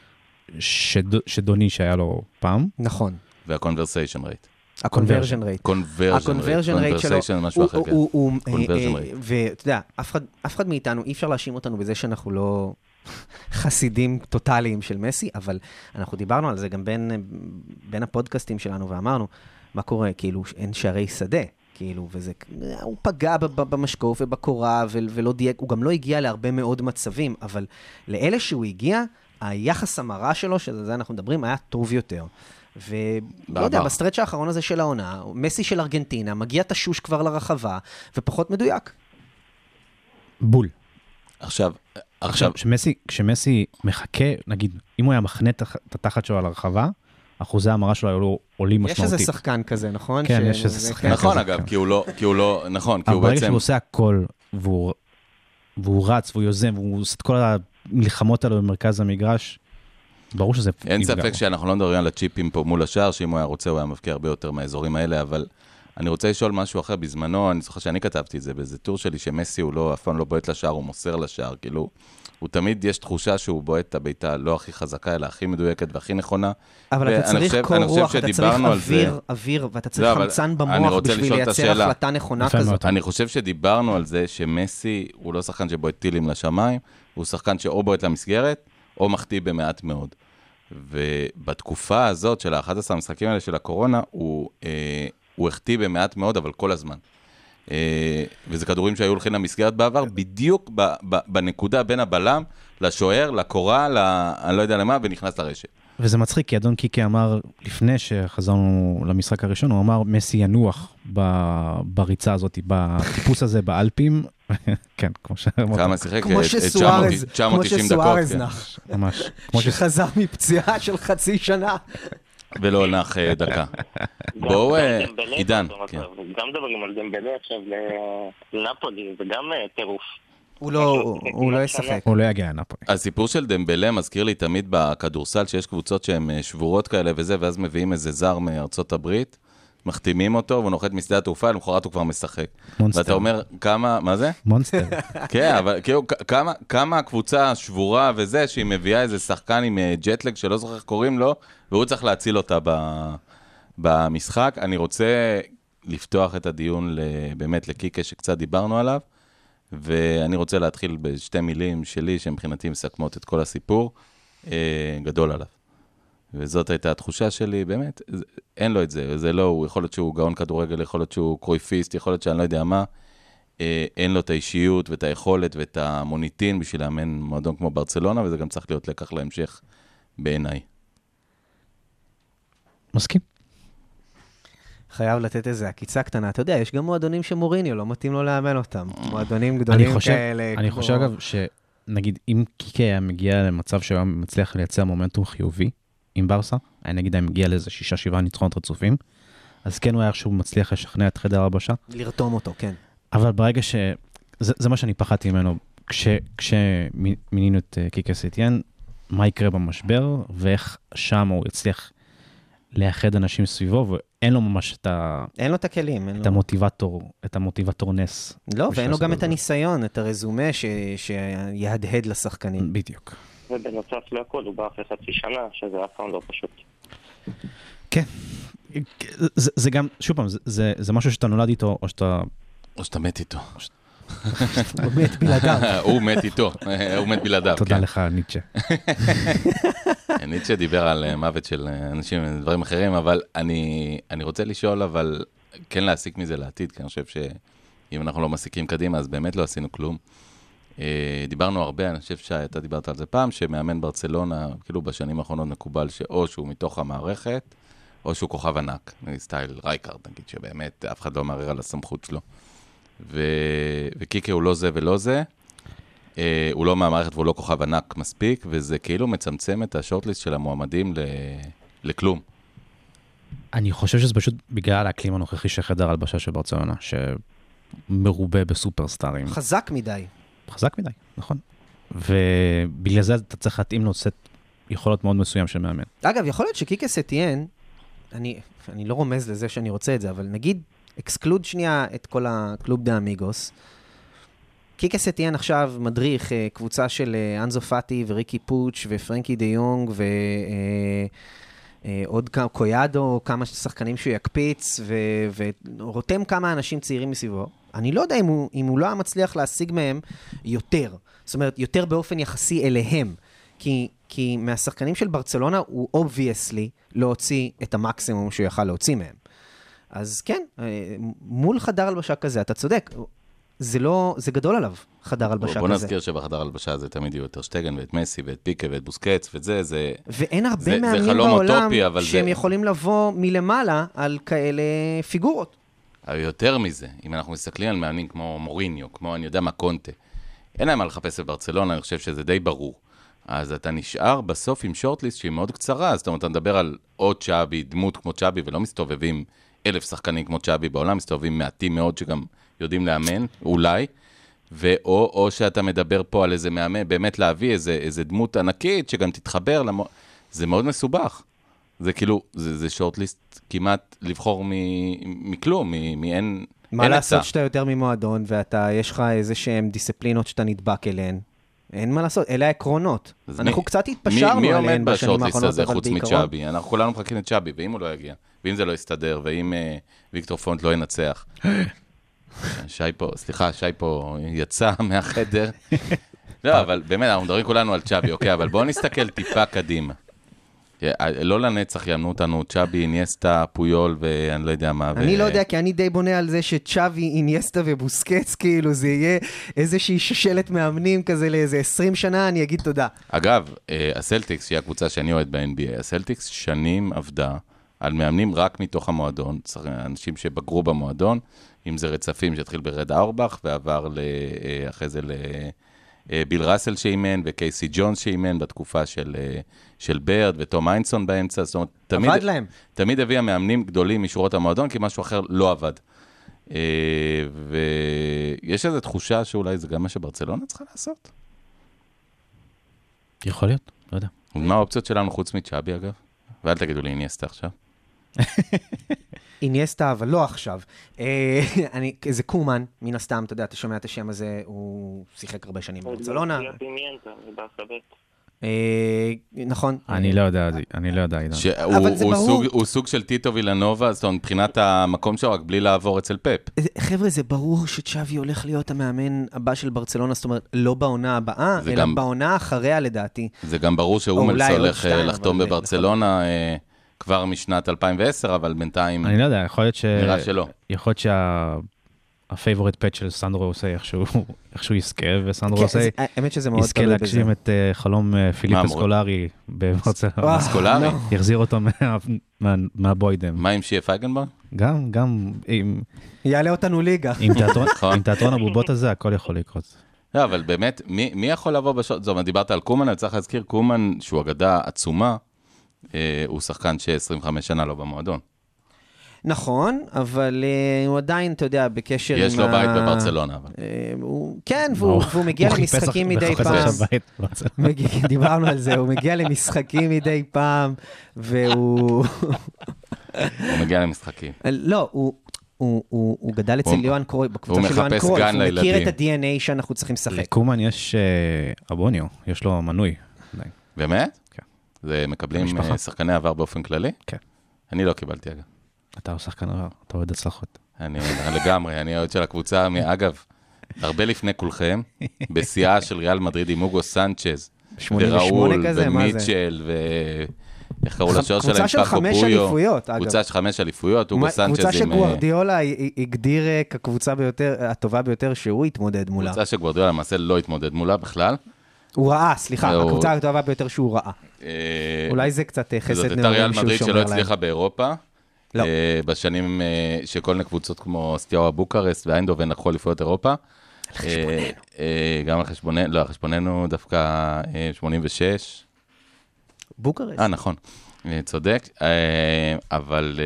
שדוני שהיה לו פעם. נכון. וה-conversation rate. ה-conversion rate. conversion rate. conversation משהו אחר, כן. conversion rate. ואתה יודע, אף אחד מאיתנו, אי אפשר להאשים אותנו בזה שאנחנו לא חסידים טוטליים של מסי, אבל אנחנו דיברנו על זה גם בין הפודקאסטים שלנו, ואמרנו, מה קורה? כאילו, אין שערי שדה. כאילו, וזה, הוא פגע במשקוף ובקורה, ולא דייק, הוא גם לא הגיע להרבה מאוד מצבים, אבל לאלה שהוא הגיע, היחס המרה שלו, שזה אנחנו מדברים, היה טוב יותר. ולא יודע, בסטרץ' האחרון הזה של העונה, מסי של ארגנטינה, מגיע תשוש כבר לרחבה, ופחות מדויק. בול. עכשיו, עכשיו, כשמסי, כשמסי מחכה, נגיד, אם הוא היה מחנה את התחת שלו על הרחבה, אחוזי המרה שלו היו עולים משמעותית. יש איזה שחקן כזה, נכון? כן, יש איזה שחקן כזה. נכון, אגב, כי הוא לא, כי הוא לא, נכון, כי הוא בעצם... אבל ברגע שהוא עושה הכל, והוא רץ, והוא יוזם, והוא עושה את כל המלחמות האלו במרכז המגרש, ברור שזה... אין ספק שאנחנו לא מדברים על הצ'יפים פה מול השאר, שאם הוא היה רוצה, הוא היה מבקיע הרבה יותר מהאזורים האלה, אבל אני רוצה לשאול משהו אחר בזמנו, אני זוכר שאני כתבתי את זה באיזה טור שלי, שמסי הוא לא, אף פעם לא בועט לשער, הוא מוסר לשער, כאילו, הוא תמיד יש תחושה שהוא בועט את הביתה לא הכי חזקה, אלא הכי מדויקת והכי נכונה. אבל אתה צריך קור רוח, אתה צריך אוויר, אוויר, ואתה צריך חמצן במוח בשביל לייצר החלטה נכונה כזאת. אני חושב שדיברנו על זה שמסי הוא לא שחקן שבועט טילים לשמיים, הוא שחקן שאו בועט למסגרת, או מחטיא במעט מאוד. ובתקופה הזאת של ה-אחד עשר המשחקים האלה של הקורונה, הוא, אה, הוא החטיא במעט מאוד, אבל כל הזמן. אה, וזה כדורים שהיו הולכים למסגרת בעבר, בדיוק ב, ב, בנקודה בין הבלם, לשוער, לקורה, ל, אני לא יודע למה, ונכנס לרשת. וזה מצחיק, כי אדון קיקי אמר, לפני שחזרנו למשחק הראשון, הוא אמר, מסי ינוח בריצה הזאת, בטיפוס הזה באלפים, כן, כמו שאמרת. כמה שיחק? כמו שסוארז, כמו שסוארז נח. ממש. שחזר מפציעה של חצי שנה. ולא נח דקה. בואו, עידן. גם דברים על דמבלה עכשיו לנפולי, זה גם טירוף. הוא לא, הוא לא ישחק. הוא לא יגיע לנפולי. הסיפור של דמבלה מזכיר לי תמיד בכדורסל, שיש קבוצות שהן שבורות כאלה וזה, ואז מביאים איזה זר מארצות הברית, מחתימים אותו, והוא נוחת משדה התעופה, למחרת הוא כבר משחק. מונסטר. ואתה אומר, כמה, מה זה? מונסטר. כן, אבל כאילו, כמה, כמה הקבוצה שבורה וזה, שהיא מביאה איזה שחקן עם ג'טלג, שלא זוכר איך קוראים לו, והוא צריך להציל אותה במשחק. אני רוצה לפתוח את הדיון באמת לקיקה, שקצת דיברנו עליו, ואני רוצה להתחיל בשתי מילים שלי, שמבחינתי מסכמות את כל הסיפור, גדול עליו. וזאת הייתה התחושה שלי, באמת, אין לו את זה, זה לא, הוא יכול להיות שהוא גאון כדורגל, יכול להיות שהוא קרויפיסט, יכול להיות שאני לא יודע מה, אין לו את האישיות ואת היכולת ואת המוניטין בשביל לאמן מועדון כמו ברצלונה, וזה גם צריך להיות לקח להמשך בעיניי. מסכים. חייב לתת איזה עקיצה קטנה. אתה יודע, יש גם מועדונים שמוריניו, לא מתאים לו לאמן אותם. מועדונים גדולים כאלה. אני חושב, אגב, שנגיד, אם קיקה היה מגיע למצב שהוא מצליח לייצר מומנטום חיובי עם ברסה, היה נגיד, היה מגיע לאיזה שישה, שבעה ניצחונות רצופים, אז כן הוא היה שהוא מצליח לשכנע את חדר הלבשה. לרתום אותו, כן. אבל ברגע ש... זה, זה מה שאני פחדתי ממנו, כש, כשמינינו את קיקה סטיאן, מה יקרה במשבר, ואיך שם הוא יצליח לאחד אנשים סביבו, ואין לו ממש את ה... אין לו את הכלים. את המוטיבטור, את המוטיבטור נס. לא, ואין לו גם את הניסיון, את הרזומה ש... שיהדהד לשחקנים. בדיוק. ובנוסף להכל, הוא בא אחרי חצי שנה, שזה אף פעם לא פשוט. כן. זה, זה גם, שוב פעם, זה, זה, זה משהו שאתה נולד איתו, או שאתה... או שאתה מת איתו. הוא מת בלעדיו. הוא מת איתו, הוא מת בלעדיו. תודה לך, ניטשה. ניטשה דיבר על מוות של אנשים ודברים אחרים, אבל אני, אני רוצה לשאול, אבל כן להסיק מזה לעתיד, כי אני חושב שאם אנחנו לא מסיקים קדימה, אז באמת לא עשינו כלום. דיברנו הרבה, אני חושב שאתה דיברת על זה פעם, שמאמן ברצלונה, כאילו בשנים האחרונות מקובל שאו שהוא מתוך המערכת, או שהוא כוכב ענק, סטייל רייקארד, נגיד, שבאמת אף אחד לא מערער על הסמכות שלו. ו... וקיקה הוא לא זה ולא זה, אה, הוא לא מהמערכת והוא לא כוכב ענק מספיק, וזה כאילו מצמצם את השורטליסט של המועמדים ל... לכלום. אני חושב שזה פשוט בגלל האקלים הנוכחי של חדר הלבשה של ברצלונה, שמרובה בסופרסטארים. חזק מדי. חזק מדי, נכון. ובגלל זה אתה צריך להתאים לו סט יכולות מאוד מסוים של מאמן. אגב, יכול להיות שקיקה סטיאן, אני, אני לא רומז לזה שאני רוצה את זה, אבל נגיד, אקסקלוד שנייה את כל הקלוב דה אמיגוס. קיקה סטיאן עכשיו מדריך קבוצה של אנזו פאטי וריקי פוץ' ופרנקי דה יונג ועוד קויאדו, כמה שחקנים שהוא יקפיץ ורותם כמה אנשים צעירים מסביבו. אני לא יודע אם הוא, אם הוא לא מצליח להשיג מהם יותר. זאת אומרת, יותר באופן יחסי אליהם. כי, כי מהשחקנים של ברצלונה הוא obviously לא הוציא את המקסימום שהוא יכל להוציא מהם. אז כן, מול חדר הלבשה כזה, אתה צודק, זה לא, זה גדול עליו, חדר הלבשה כזה. בוא נזכיר שבחדר הלבשה הזה תמיד יהיו יותר שטגן ואת מסי ואת פיקה ואת בוסקץ וזה, זה... ואין הרבה מאמנים בעולם שהם יכולים לבוא מלמעלה על כאלה פיגורות. יותר מזה, אם אנחנו מסתכלים על מאמנים כמו מוריניו, כמו אני יודע מה קונטה, אין להם מה לחפש בברצלונה, אני חושב שזה די ברור. אז אתה נשאר בסוף עם שורטליסט שהיא מאוד קצרה, זאת אומרת, אתה מדבר על עוד צ'אבי, דמות כמו צ'אבי, ולא מסתובבים אלף שחקנים כמו צ'אבי בעולם, מסתובבים מעטים מאוד שגם יודעים לאמן, אולי, ואו, או שאתה מדבר פה על איזה מאמן, באמת להביא איזה, איזה דמות ענקית שגם תתחבר, למו... זה מאוד מסובך. זה כאילו, זה, זה שורטליסט כמעט לבחור מ- מכלום, מ- מאין... מה לעשות שאתה יותר ממועדון, ואתה, יש לך איזה שהם דיסציפלינות שאתה נדבק אליהן? אין מה לעשות, אלה העקרונות. אנחנו מי, קצת התפשרנו מי, עליהן מי בשנים האחרונות, הזה, חוץ מצ'אבי? אנחנו כולנו מחכים את צ'אבי, ואם הוא לא יגיע, ואם זה לא יסתדר, ואם uh, ויקטור פונט לא ינצח. שי פה, סליחה, שי פה יצא מהחדר. לא, אבל באמת, אנחנו מדברים כולנו על צ'אבי, אוקיי, אבל בואו נסתכל טיפה קדימה. לא לנצח יאמנו אותנו, צ'אבי, אינייסטה, פויול ואני לא יודע מה. אני לא יודע, כי אני די בונה על זה שצ'אבי, אינייסטה ובוסקץ, כאילו זה יהיה איזושהי שושלת מאמנים כזה לאיזה עשרים שנה, אני אגיד תודה. אגב, הסלטיקס, שהיא הקבוצה שאני אוהד ב-אן בי איי, הסלטיקס שנים עבדה על מאמנים רק מתוך המועדון, אנשים שבגרו במועדון, אם זה רצפים שהתחיל ברד אורבך ועבר אחרי זה ל... ביל ראסל שאימן וקייסי ג'ונס שאימן בתקופה של, של ברד וטום איינסון באמצע, זאת אומרת, תמיד, תמיד הביא המאמנים גדולים משורות המועדון, כי משהו אחר לא עבד. ויש איזו תחושה שאולי זה גם מה שברצלונה צריכה לעשות. יכול להיות, לא יודע. מה האופציות שלנו חוץ מצ'אבי אגב? ואל תגידו לי, אינייסטה עכשיו. אינייסטה, אבל לא עכשיו. אני, זה קומן, מן הסתם, אתה יודע, אתה שומע את השם הזה, הוא שיחק הרבה שנים בברצלונה. נכון. אני לא יודע, אני לא יודע. הוא סוג של טיטו וילנובה, זאת אומרת, מבחינת המקום שלו, רק בלי לעבור אצל פפ. חבר'ה, זה ברור שצ'אבי הולך להיות המאמן הבא של ברצלונה, זאת אומרת, לא בעונה הבאה, אלא בעונה אחריה לדעתי. זה גם ברור שאומלס הולך לחתום בברצלונה, כבר משנת אלפיים ועשר, אבל בינתיים... אני לא יודע, יכול להיות ש... נראה שלא. יכול להיות הפייבורט פאץ' של סנדרו עושה איכשהו יזכה, וסנדרו עושה יזכה להגשים את חלום פיליפה סקולרי בברצלונה. סקולרי? יחזיר אותו מהבוידם. מה עם שיה פייגנברג? גם, גם עם... יעלה אותנו ליגה. עם תיאטרון הבובות הזה, הכל יכול לקרות. לא, אבל באמת, מי יכול לבוא בשעות? זאת אומרת, דיברת על קומן, אני צריך להזכיר, קומן, שהוא אגדה עצומה, הוא שחקן ש-עשרים וחמש שנה לא במועדון. נכון, אבל uh, הוא עדיין, אתה יודע, בקשר יש עם לו ה... בית בברצלונה. אבל. Uh, הוא... כן, והוא, והוא מגיע למשחקים מדי פעם. מגיע, דיברנו על זה, הוא מגיע למשחקים מדי פעם, והוא... הוא מגיע למשחקים. לא, הוא... הוא, הוא, הוא גדל אצל ליאון קרוי, בקבוצה של ליאון קרוי, הוא מכיר את ה-די אן איי שאנחנו צריכים לשחק. לקומן יש אבוניו, יש לו מנוי. באמת? כן. זה מקבלים שחקני עבר באופן כללי? כן. אני לא קיבלתי אגב. אתה הוא שחקן עבר, אתה אוהד הצלחות. אני לגמרי, אני אוהד של הקבוצה, אגב, הרבה לפני כולכם, בשיאה של ריאל מדריד עם אוגו סנצ'ז, וראול, ומיטשל, ו... איך קראו לשוער שלהם? קבוצה של חמש אליפויות, אגב. קבוצה של חמש אליפויות, אוגו סנצ'ז עם... קבוצה שגוארדיולה הגדיר כקבוצה הטובה ביותר שהוא התמודד מולה. קבוצה שגוארדיולה למעשה לא התמודד מולה בכלל. הוא ראה, סליחה, הקבוצה הטובה ביותר שהוא ראה. אולי זה קצת חסד נאורים שהוא שומר להם. זאת הייתה ריאל מדריד שלא הצליחה באירופה. לא. בשנים שכל מיני קבוצות כמו סטיארה בוקרסט ואיינדובן לקחו אליפויות אירופה. על חשבוננו. גם על חשבוננו, לא, על חשבוננו דווקא שמונים ושש. בוקרסט. אה, נכון. צודק, אבל...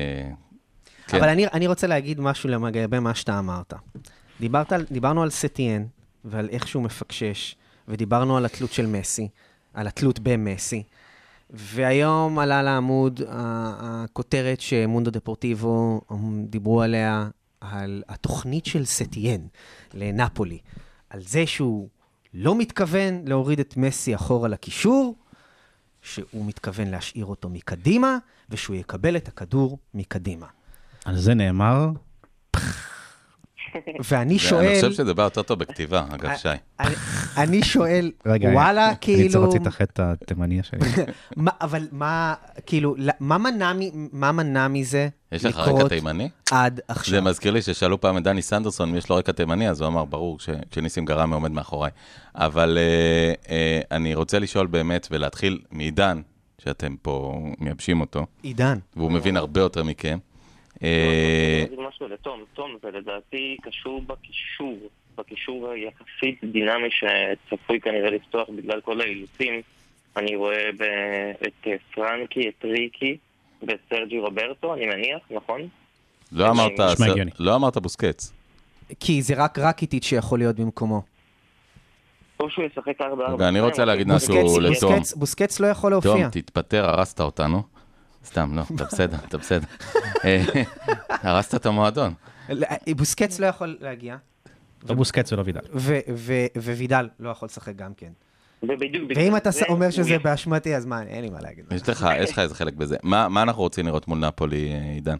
אבל אני, אני רוצה להגיד משהו לגבי מה שאתה אמרת. דיברת על, דיברנו על סטיין, ועל איך שהוא מפקשש, ודיברנו על התלות של מסי, על התלות במסי, והיום עלה לעמוד הכותרת שמונדו דפורטיבו דיברו עליה, על התוכנית של סטיין לנפולי, על זה שהוא לא מתכוון להוריד את מסי אחורה לקישור, שהוא מתכוון להשאיר אותו מקדימה, ושהוא יקבל את הכדור מקדימה. על זה נאמר... ואני שואל... אני חושב שזה בא יותר טוב בכתיבה, אגב, שי. אני שואל, וואלה, כאילו... אני צריך לתחת את התימניה שלי. אבל מה, כאילו, מה מנע מזה יש לך רקע תימני? עד עכשיו? זה מזכיר לי ששאלו פעם את דני סנדרסון, אם יש לו רקע תימני, אז הוא אמר, ברור, שניסים גרם עומד מאחוריי. אבל אני רוצה לשאול באמת, ולהתחיל מעידן, שאתם פה מייבשים אותו. עידן. והוא מבין הרבה יותר מכם. אני אגיד משהו לתום, תום, זה לדעתי קשור בקישור, בקישור היחסית דינמי שצפוי כנראה לפתוח בגלל כל האילוצים. אני רואה את פרנקי, את ריקי ואת סרג'י רוברטו, אני מניח, נכון? לא אמרת בוסקץ. כי זה רק רקיטיץ' שיכול להיות במקומו. או שהוא ישחק ארבע ארבע. אני רוצה להגיד משהו לתום. בוסקץ לא יכול להופיע. תום, תתפטר, הרסת אותנו. סתם, לא, אתה בסדר, אתה בסדר. הרסת את המועדון. בוסקץ לא יכול להגיע. לא בוסקץ ולא וידל. ווידל לא יכול לשחק גם כן. ואם אתה אומר שזה באשמתי, אז מה, אין לי מה להגיד. יש לך איזה חלק בזה. מה אנחנו רוצים לראות מול נפולי, עידן?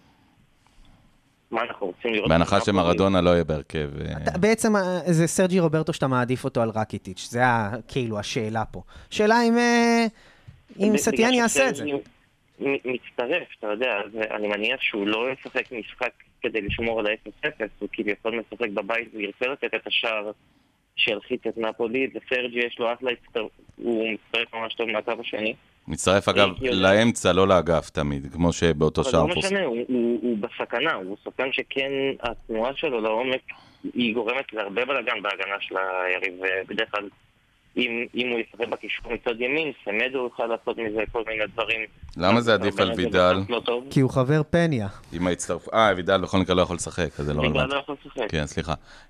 מה אנחנו רוצים לראות? בהנחה שמרדונה לא יהיה בהרכב. בעצם זה סרג'י רוברטו שאתה מעדיף אותו על רקיטיץ'. זה כאילו השאלה פה. שאלה אם סטיאן יעשה את זה. מצטרף, אתה יודע, אני מניח שהוא לא ישחק משחק כדי לשמור על ה-אפס אפס, הוא כביכול משחק בבית וירצה לתת את השער שהלחיץ את נפולי, וסרג'י יש לו אחלה, הוא מצטרף ממש טוב מהקו השני. מצטרף אגב לאמצע, לא לאגף תמיד, כמו שבאותו שער פוסט. אבל לא משנה, הוא בסכנה, הוא סוכן שכן התנועה שלו לעומק, היא גורמת להרבה בלגן בהגנה של היריב, בדרך כלל אם, אם הוא ישחק בקישור מצד ימין, סמדו יוכל לעשות מזה כל מיני דברים. למה זה עדיף על וידל? לא כי הוא חבר פניה. אם ההצטרף... אה, וידל בכל מקרה לא יכול לשחק, אז זה לא רלוונטי. וידל לא יכול לשחק. כן, סליחה.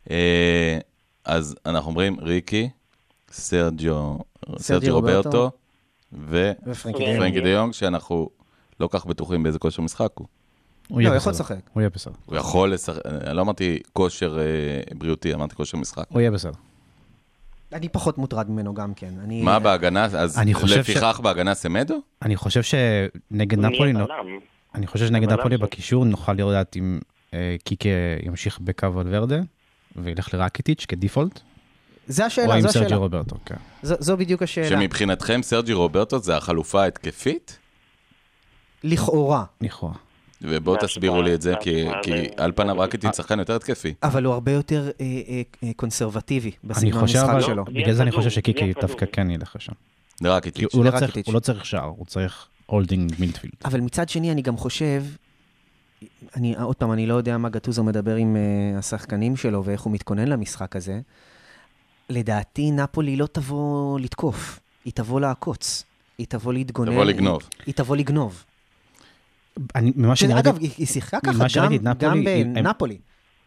אז אנחנו אומרים ריקי, סרג'יו, סרג'י רוברטו, ופרנקי דה יונג, שאנחנו לא כך בטוחים באיזה כושר משחק הוא. הוא יכול לשחק. הוא יהיה בסדר. הוא יכול לשחק, לא אמרתי כושר בריאותי, אמרתי כושר משחק. הוא יהיה בסדר. אני פחות מוטרד ממנו גם כן. מה בהגנה? אז לפיכך בהגנה סמדו? אני חושב שנגד נפולי, אני חושב שנגד נפולי בקישור נוכל לראות אם קיקה ימשיך בקו ולוורדה, וילך לרקיטיץ' כדיפולט. זה השאלה, או עם זו סרג'י השאלה. רוברטו, כן. זו בדיוק השאלה. שמבחינתכם סרג'י רוברטו זה החלופה התקפית? לכאורה. לכאורה. ובואו תסבירו לי את זה, כי על פניו רקיטיץ' שחקן יותר התקפי. אבל הוא הרבה יותר קונסרבטיבי אני בסגנון חושב, המשחק אבל שלו. בגלל זה אני חושב שקיקי דווקא כן ילך לשם. לרקיטיץ'. הוא לא צריך- הוא לא צריך שער, הוא צריך הולדינג מילדפילד. אבל מצד שני, אני גם חושב, אני, עוד פעם, אני לא יודע מה גטוזו מדבר עם uh, השחקנים שלו, ואיך הוא מתכונן למשחק הזה. לדעתי, נפולי לא תבוא לתקוף, היא תבוא לעקוץ, היא תבוא להתגונן. תבוא לגנוב. היא, היא תבוא לגנוב. אני, ממה שאני ראיתי, אגב, היא, היא שיחקה ככה ממה שראיתי גם, את נפולי, גם הם- בנפולי.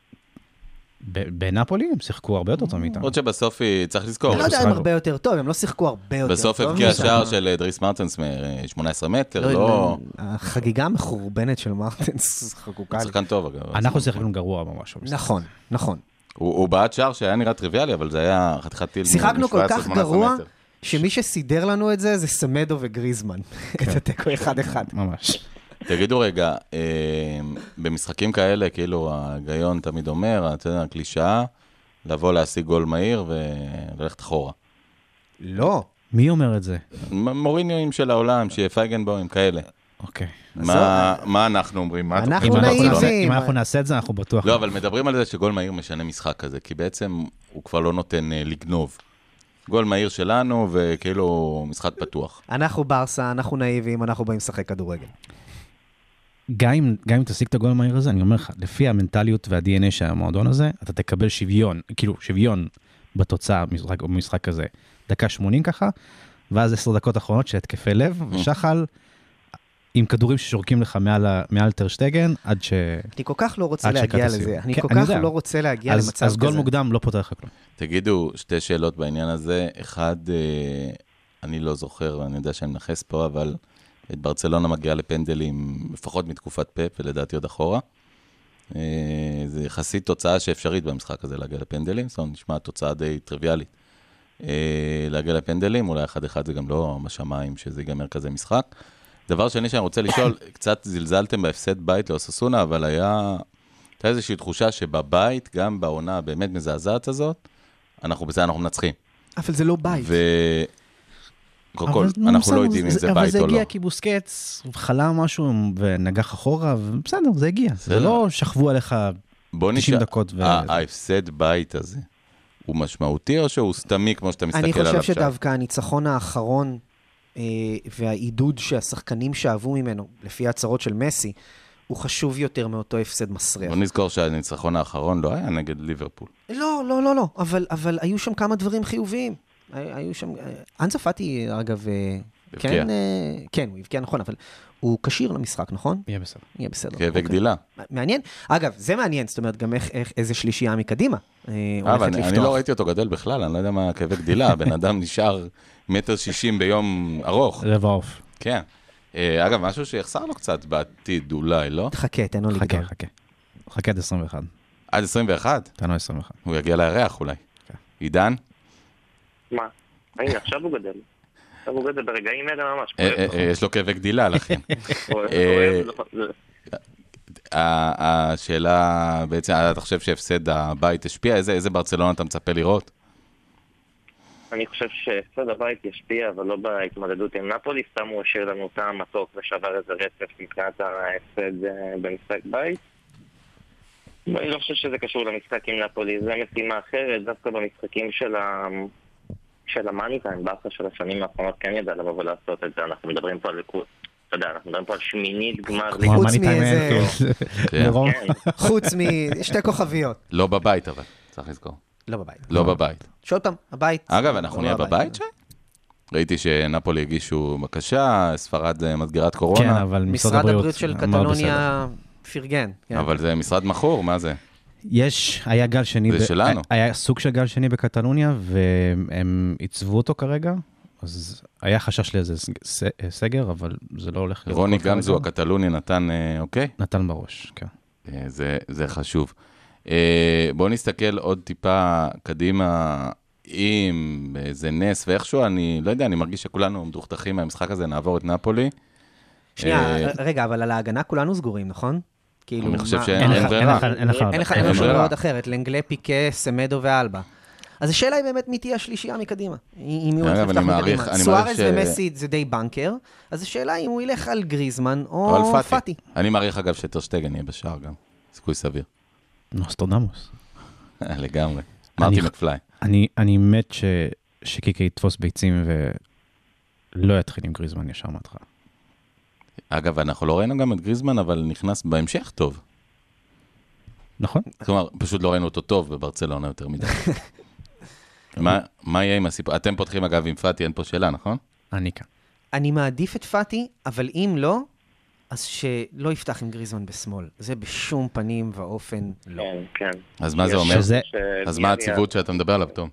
ב- בנפולי הם שיחקו הרבה יותר טוב מאיתנו. עוד שבסוף היא, צריך לזכור, אני לא יודע אם משחק. הרבה יותר טוב, הם לא שיחקו הרבה יותר טוב. בסוף הבקיע משחק. שער של דריס מרטנס מ-שמונה עשרה מטר, לא, לא... החגיגה המחורבנת של מרטנס חקוקה לי. שחקן טוב, אגב. אנחנו שיחקנו גרוע ממש. במשחק. נכון, נכון. הוא הוא בעט שער שהיה נראה טריוויאלי, אבל זה היה חתיכת טיל. שיחקנו כל מ-שבע עשרה כך שמונה עשרה גרוע, מטר. שמי שסידר לנו את זה, זה סמדו וגריזמן. את התיקו אחד אחד. ממש. תגידו רגע, אה, במשחקים כאלה, כאילו ההיגיון תמיד אומר, אתה יודע, הקלישאה, לבוא להשיג גול מהיר וללכת אחורה. לא. מי אומר את זה? מ- מוריניואים של העולם, שיהיה פייגנבוים, כאלה. אוקיי. מה מה אנחנו אומרים? מה אתם אנחנו אם חושבים? אנחנו נאיבים. נעשה- אם אנחנו נעשה את זה, אנחנו בטוח. לא, אבל מדברים על זה שגול מהיר משנה משחק כזה, כי בעצם הוא כבר לא נותן אה, לגנוב. גול מהיר שלנו, וכאילו משחק פתוח. אנחנו ברסה, אנחנו נאיבים, אנחנו באים לשחק כדורגל. גם אם, גם אם תשיג את הגול המהיר הזה, אני אומר לך, לפי המנטליות וה-די אן איי של המועדון הזה, אתה תקבל שוויון, כאילו שוויון בתוצאה במשחק, במשחק הזה, דקה שמונים ככה, ואז עשר דקות אחרונות של התקפי לב, ושחל עם כדורים ששורקים לך מעל, ה- מעל טרשטגן, עד ש... אני כל כך לא רוצה עד להגיע שקט לזה. הסיום. אני כן, כל אני כך יודע. לא רוצה להגיע אז, למצב אז גול כזה. מוקדם לא פותר לך כלום. תגידו, שתי שאלות בעניין הזה. אחד, אה, אני לא זוכר, אני יודע שאני מנחס פה, אבל את ברצלונה מגיעה לפנדלים, לפחות מתקופת פפ, ולדעתי עוד אחורה. אה, זה יחסית תוצאה שאפשרית במשחק הזה להגיע לפנדלים, זאת אומרת, נשמע תוצאה די טריוויאלית. אה, להגיע לפנדלים, אולי אחד אחד זה גם לא בשמיים שזה ייגמר כזה משחק. דבר שני שאני רוצה לשאול, קצת זלזלתם בהפסד בית לאוססונה, אבל היה, הייתה איזושהי תחושה שבבית, גם בעונה הבאמת מזעזעת הזאת, אנחנו בזה, אנחנו מנצחים. אבל זה לא בית. ו... קודם כל, אבל אנחנו בסדר, לא יודעים אם זה אבל בית זה או לא. הגיע כי בוסקץ חלם משהו ונגח אחורה, ובסדר, זה הגיע. זה בסדר. לא שכבו עליך בוא תשעים נשאל, דקות ו... ה- ההפסד בית הזה, הוא משמעותי או שהוא סתמי כמו שאתה מסתכל אני עליו חושב עכשיו? שדווקא הניצחון האחרון אה, והעידוד שהשחקנים שאהבו ממנו, לפי ההצהרות של מסי, הוא חשוב יותר מאותו הפסד מסריח. בוא נזכור שהניצחון האחרון לא היה נגד ליברפול. לא, לא, לא, לא, אבל, אבל היו שם כמה דברים חיוביים. הי- היו שם... אנזו פאטי, אגב, אה, הבקיע. כן, אה, כן, הוא הבקיע נכון, אבל הוא כשיר למשחק, נכון? יהיה בסדר. יהיה בסדר. כאבי אוקיי. גדילה. מעניין. אגב, זה מעניין, זאת אומרת, גם איך, איך, איזה שלישייה מקדימה אה, אה, אבל הולכת אני, לפתוח. אני לא ראיתי אותו גדל בכלל, אני לא יודע מה כאבי גדילה, הבן אדם נשאר מטר שישים ביום ארוך. רבע עוף. כן. אה, אגב, משהו שיחסר לו קצת בעתיד אולי, לא? חכה, תן לו חכה, לגדול. חכה. חכה עד עשרים ואחת. עד עשרים ואחת? תן לו עשרים ואחת. הוא יגיע לירח אולי. עידן? מה? הנה, עכשיו הוא גדל. עכשיו הוא גדל ברגעים אלה ממש. אה, אה, אה, יש לו כאבי גדילה, לכן. אוהב, אה, אוהב, זה- ה- השאלה, בעצם, אתה חושב שהפסד הבית השפיע? איזה איזה ברצלונה אתה מצפה לראות? אני חושב שהפסד הבית ישפיע, אבל לא בהתמודדות עם נפולי, סתם הוא השאיר לנו טעם מתוק ושבר איזה רצף מבחינת ההפסד אה, במשחק בית. ואני לא חושב שזה קשור למשחק עם נפולי, זה משימה אחרת, דווקא במשחקים של ה... של המאניטיים, באחר של השנים האחרונות כן ידע לבוא ולעשות את זה, אנחנו מדברים פה על לקרות, אתה יודע, אנחנו מדברים פה על שמינית גמר כמו חוץ המאני טיים, מאיזה- כן. לרוב- כן, חוץ משתי כוכביות. לא בבית, אבל, צריך לזכור. לא בבית. לא בבית. שעוד פעם, הבית. אגב, אנחנו לא נהיה הבית. בבית שם? ראיתי שנפולי הגישו בקשה, ספרד אה, מדגרת כן, קורונה, אבל משרד משרד הבריאות הבריאות של אמר בסדר. קטלוניה פרגן. כן. אבל זה משרד מכור, מה זה? יש, היה גל שני, זה ב- שלנו. היה סוג של גל שני בקטלוניה, והם עיצבו אותו כרגע, אז היה חשש לאיזה ס- ס- סגר, אבל זה לא הולך להיות. רוני כל כרגע. גמזו הקטלוני נתן, אה, אוקיי? נתן בראש, כן. אה, זה, זה חשוב. אה, בואו נסתכל עוד טיפה קדימה, אם איזה נס ואיכשהו, אני לא יודע, אני מרגיש שכולנו מדוכדכים מהמשחק הזה, נעבור את נפולי. שנייה, אה, רגע, אבל על ההגנה כולנו סגורים, נכון? כאילו, אני חושב מה- שאין אין אין לך- ברירה. אין לך- אין לך- אין לך אין אין לך ברירה. ברירה אחרת, לנגלה, פיקה, סמדו ואלבה. אז השאלה היא באמת מי תהיה השלישייה מקדימה. אם הוא אגב, יפתח אני מעריך- מקדימה. אני סוארז מעריך ש- ומסי זה די בנקר, אז השאלה היא אם הוא ילך על גריזמן או או על פאטי. אני מעריך אגב שטרשטגן יהיה בשער גם. סיכוי סביר. נוסטרדמוס. לגמרי. מרטי מקפליי. אני, אני מת ש, שקיקה יתפוס ביצים ולא יתחיל עם גריזמן ישר מהתחלה. אגב, אנחנו לא ראינו גם את גריזמן, אבל נכנס בהמשך טוב. נכון? כלומר, פשוט לא ראינו אותו טוב בברצלונה יותר מדי. מה, מה יהיה עם הסיפור? אתם פותחים אגב עם פאטי, אין פה שאלה, נכון? אני כאן. אני מעדיף את פאטי, אבל אם לא, אז שלא יפתח עם גריזמן בשמאל. זה בשום פנים ואופן לא. כן, כן. אז מה זה יש- אומר? שזה- אז מה הציוות שאתה מדבר עליו, תום?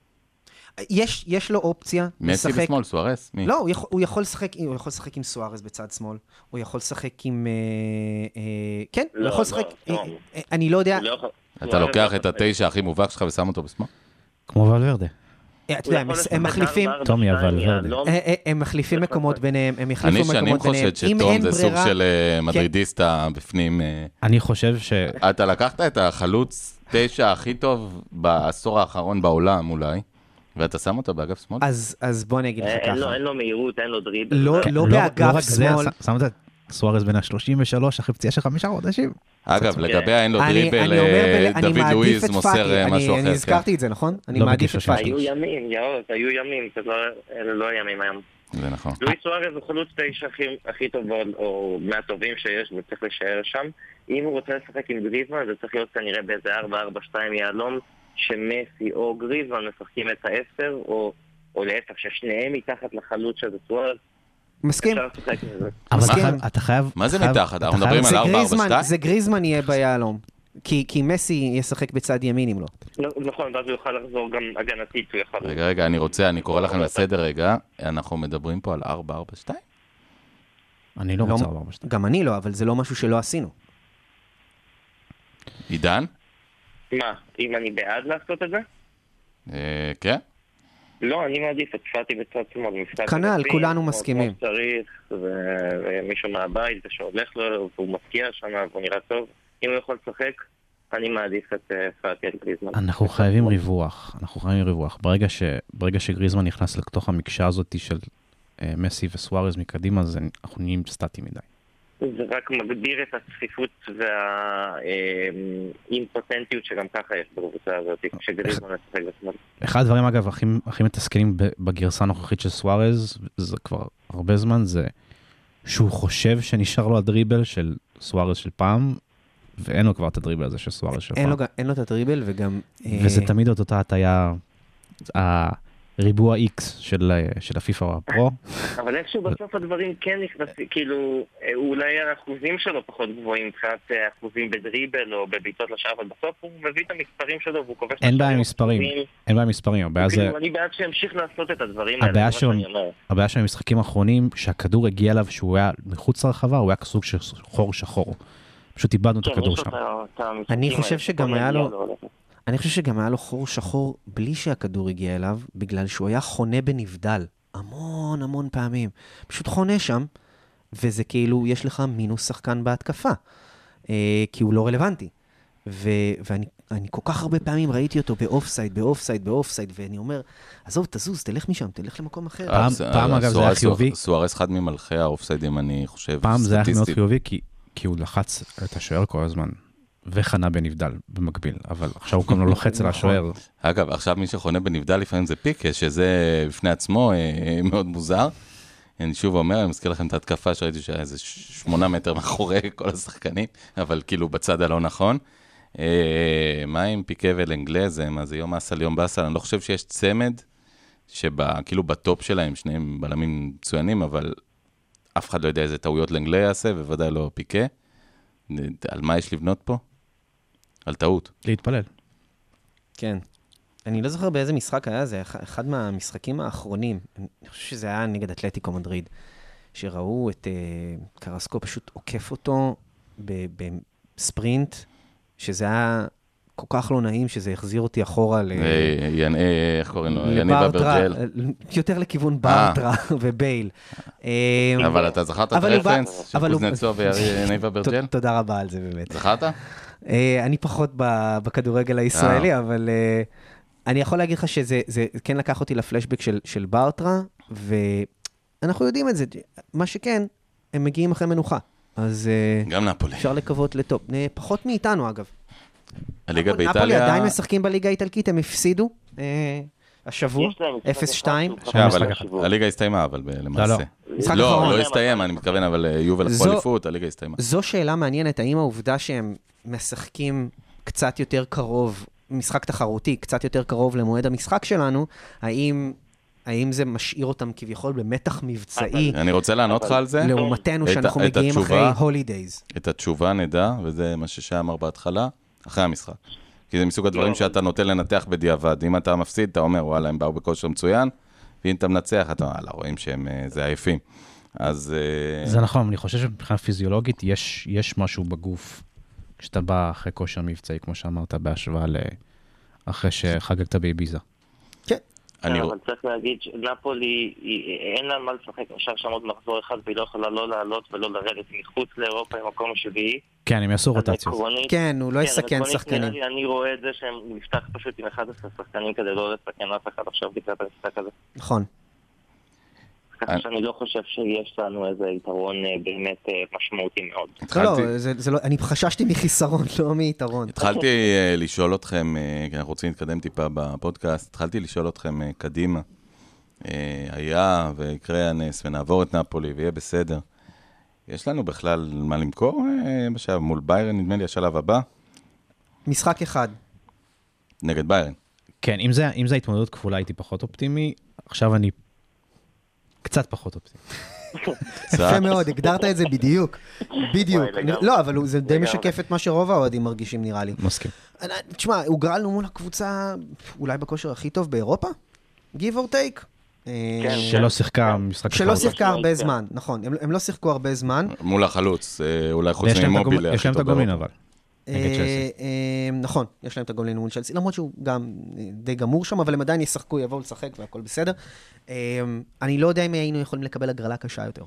יש, יש לו אופציה מסי לשחק... בשמאל, סוארס? מי? לא, הוא יכול, הוא יכול לשחק, הוא יכול לשחק עם סוארז בצד שמאל, הוא יכול לשחק עם... אה, אה, כן, הוא לא, יכול לשחק... לא, אה, לא. אה, אני לא יודע... הוא לא יכול- אתה הוא לוקח לא את יכול- התשע הכי מובהק שלך ושם אותו בשמאל? כמו ולוורדה. אה, אתה הוא יודע, יכול הם- לשחק הם מחליפים... ארבע, טומי, שתיים, אבל ורדה. יהלום. אה, אה, הם מחליפים יכול מקומות לשחק. ביניהם, הם אני יחליפו שנים מקומות ביניהם. חושד אם שתום אין זה סוג ברירה- של אה, מדרידיסטה בפנים. אה, אני חושב ש... אתה לקחת את החלוץ תשע הכי טוב בעשור האחרון בעולם אולי, ואתה שם אותו באגף שמאל? אז אז בוא אני אגיד לך אה, אין לו- ככה. אין לו מהירות, אין לו דריבל. לא- אה, לא לא באגף רק זה, שמאל. ש- שמת את סוארז בין ה-שלושים ושלוש אחרי פציעה של חמישה חודשים. אגב, לגבי האין לו אני- דריבל, אני אומר אה, ב- אני דוד מעדיף לואיז את מוסר פאטי. אה, אני- משהו אני אחר. הזכרתי את זה, נכון? אני לא מעדיף בקשר את פאטי. היו ימים, יאות, היו ימים, זה לא- אלה לא ימים היום. כן, זה נכון. לואיס סוארז הוא חלוץ תשע הכי- הכי טוב, או מהטובים שיש, וצריך להישאר שם. אם הוא רוצה לשחק עם גריזמן, זה צריך להיות כנראה באיזה ארבע ארבע שתיים יהלום, שמסי או גריזמן משחקים את העשר, או או להפך, ששניהם מתחת לחלוץ של סוארז. מסכים. אפשר לשחק עם זה. אבל אתה מסכים. חייב- אתה חייב... מה זה חייב- מתחת? אתה אנחנו חייב- מדברים על זה ארבע, ארבע, גריזמן- שתיים? זה גריזמן יהיה ביהלום. כי כי מסי ישחק בצד ימין אם לא. לא, נכון, ואז הוא יוכל לחזור גם הגנתית, הוא יוכל... רגע, רגע, אני רוצה, אני קורא לכם לסדר רגע. אנחנו מדברים פה על ארבע, ארבע, שתיים? אני לא לא- רוצה ארבע בשתיים. גם אני לא, אבל זה לא משהו שלא עשינו. עידן? מה, אם אני בעד לעשות את זה? אה, כן? לא, אני מעדיף את פאטי בצד שמאל. משחק כנ"ל, הגנתי, כולנו כמו- מסכימים. כמו שצריך, ו- ומישהו מהבית שהולך לו, והוא מפקיע שם, והוא נראה טוב. אם הוא יכול לשחק, אני מעדיף את אה, פאטי על גריזמן. אנחנו חייבים ריווח, אנחנו חייבים ריווח. ברגע, ש, ברגע שגריזמן נכנס לתוך המקשה הזאת של אה, מסי וסוארז מקדימה, אז אנחנו נהיים סטטיים מדי. זה רק מגביר את הצפיפות והאימפוטנטיות שגם ככה יש בקבוצה הזאת, כשגריזמן משחק בשמאל. אחד הדברים, אגב, הכי, הכי מתסכלים ב- בגרסה הנוכחית של סוארז, זה כבר הרבה זמן, זה שהוא חושב שנשאר לו הדריבל של סוארז של פעם, ואין לו כבר את הדריבל הזה של סוארז של אין פעם. לו, גם- אין לו את הדריבל וגם... אה, וזה תמיד את אותה הטיה, הריבוע X של, של הפיפה או הפרו. אבל איכשהו בסוף הדברים כן נכנסים, כאילו, אה, אולי האחוזים שלו פחות גבוהים מבחינת אה, אחוזים בדריבל או בביתות לשער, אבל בסוף הוא מביא את המספרים שלו והוא כובש... אין בעיה עם לשער. מספרים, אחוזים. אין בעיה עם מספרים, הבעיה זה, כאילו, אני בעד שימשיך לעשות את הדברים האלה. הבעיה זה מה שלו- שאני אומר. הבעיה של המשחקים האחרונים, שהכדור הגיע אליו, שהוא היה מחוץ לרחבה, הוא היה כסוג של חור שחור. פשוט איבדנו את כן, הכדור יש שם. לו את המשחקים אני האלה, חושב שגם שכל היה נגיעה לו- הולכת. אני חושב שגם היה לו חור שחור בלי שהכדור הגיע אליו, בגלל שהוא היה חונה בנבדל. המון המון פעמים. פשוט חונה שם, וזה כאילו, יש לך מינוס שחקן בהתקפה. אה, כי הוא לא רלוונטי. ו- ואני אני כל כך הרבה פעמים ראיתי אותו באופסייד, באופסייד, באופסייד, ואני אומר, עזוב, תזוז, תלך משם, תלך למקום אחר. פעם- אז, פעם, אה, אגב, זה סוארז- היה חיובי. סוארז אחד ממלכי האופסיידים, אני חושב, פעם זה היה מאוד סטטיסטית. חיובי, כי, כי הוא לחץ את השוער כל הזמן, וחנה בנבדל במקביל, אבל עכשיו הוא גם לא לוחץ על השוער. אגב, עכשיו מי שחונה בנבדל לפעמים זה פיקה, שזה בפני עצמו אה, מאוד מוזר. אני שוב אומר, אני מזכיר לכם את ההתקפה שראיתי שהיה איזה שמונה מטר מאחורי כל השחקנים, אבל כאילו בצד הלא נכון. אה, מה עם פיקה ולנגלז? מה זה יום אסל, יום באסל? אני לא חושב שיש צמד שכאילו בטופ שלהם, שניהם בלמים מצוינים, אבל אף אחד לא יודע איזה טעויות לנגלה יעשה, ובוודאי לא פיקה. על מה יש לבנות פה? על טעות. להתפלל. כן. אני לא זוכר באיזה משחק היה זה, אח- אחד מהמשחקים האחרונים, אני חושב שזה היה נגד אתלטיקו מדריד, שראו את uh, קרסקו פשוט עוקף אותו ב- בספרינט, שזה היה כל כך לא נעים, שזה החזיר אותי אחורה ל... אה, ין- אה, איך קוראים לו? יניב לברטרה, אברג'ל. יותר לכיוון ברטרה ובייל. אה, אבל אתה זכרת את אבל הוא בא- הרפרנס של אבל הוא- קוזנצוב ויניב אברג'ל? ת- תודה רבה על זה באמת. זכרת? אה, אני פחות ב- בכדורגל הישראלי, אבל אה, אני יכול להגיד לך שזה זה, כן לקח אותי לפלשבק של, של בארטרה, ואנחנו יודעים את זה. מה שכן, הם מגיעים אחרי מנוחה. אז גם נפולי. אפשר לקוות לטופ. פחות מאיתנו, אגב. הליגה באיטליה... נפולי עדיין משחקים בליגה האיטלקית, הם הפסידו השבוע, אפס שתיים. הליגה הסתיימה, אבל למעשה. לא, לא הסתיים, אני מתכוון, אבל יובל לקחו אליפות, הליגה הסתיימה. זו שאלה מעניינת, האם העובדה שהם משחקים קצת יותר קרוב, משחק תחרותי, קצת יותר קרוב למועד המשחק שלנו, האם... האם זה משאיר אותם כביכול במתח מבצעי? אני רוצה לענות לך על זה. לעומתנו שאנחנו מגיעים אחרי הולידייז. את התשובה נדע, וזה מה ששי אמר בהתחלה, אחרי המשחק. כי זה מסוג הדברים שאתה נוטה לנתח בדיעבד. אם אתה מפסיד, אתה אומר, וואלה, הם באו בכושר מצוין, ואם אתה מנצח, אתה וואלה, רואים שהם זה עייפים. אז... זה נכון, אני חושב שמבחינה פיזיולוגית יש, יש משהו בגוף, כשאתה בא אחרי כושר מבצעי, כמו שאמרת, בהשוואה לאחרי שחגגת באביזה. כן. אבל צריך להגיד שנפולי, אין לה מה לשחק, נשאר שם עוד מחזור אחד, והיא לא יכולה לא לעלות ולא לרדת מחוץ לאירופה עם מקום השביעי. כן, הם יעשו רוטציות. כן, הוא לא יסכן שחקנים. אני רואה את זה שהם נפתח פשוט עם אחד עשר שחקנים כדי לא לסכן אף אחד עכשיו לקראת המשחק הזה. נכון. ככה שאני לא חושב שיש לנו איזה יתרון באמת משמעותי מאוד. לא, אני חששתי מחיסרון, לא מיתרון. התחלתי לשאול אתכם, כי אנחנו רוצים להתקדם טיפה בפודקאסט, התחלתי לשאול אתכם קדימה, היה ויקרה הנס ונעבור את נפולי ויהיה בסדר. יש לנו בכלל מה למכור בשלב מול ביירן, נדמה לי השלב הבא? משחק אחד. נגד ביירן. כן, אם זה, אם זה התמודדות כפולה הייתי פחות אופטימי, עכשיו אני קצת פחות אופטימי. יפה מאוד, הגדרת את זה בדיוק. בדיוק. לא, אבל זה די משקף את מה שרוב האוהדים מרגישים, נראה לי. מסכים. תשמע, הוגרלנו מול הקבוצה אולי בכושר הכי טוב באירופה? Give or take? שלא שיחקה משחק שלא שיחקה הרבה זמן, נכון. הם לא שיחקו הרבה זמן. מול החלוץ, אולי חוץ ממוביל. יש להם את הגומלין אבל. נכון, יש להם את הגומלין מול צ'לסי, למרות שהוא גם די גמור שם, אבל הם עדיין ישחקו, יבואו לשחק והכל בסדר. אני לא יודע אם היינו יכולים לקבל הגרלה קשה יותר.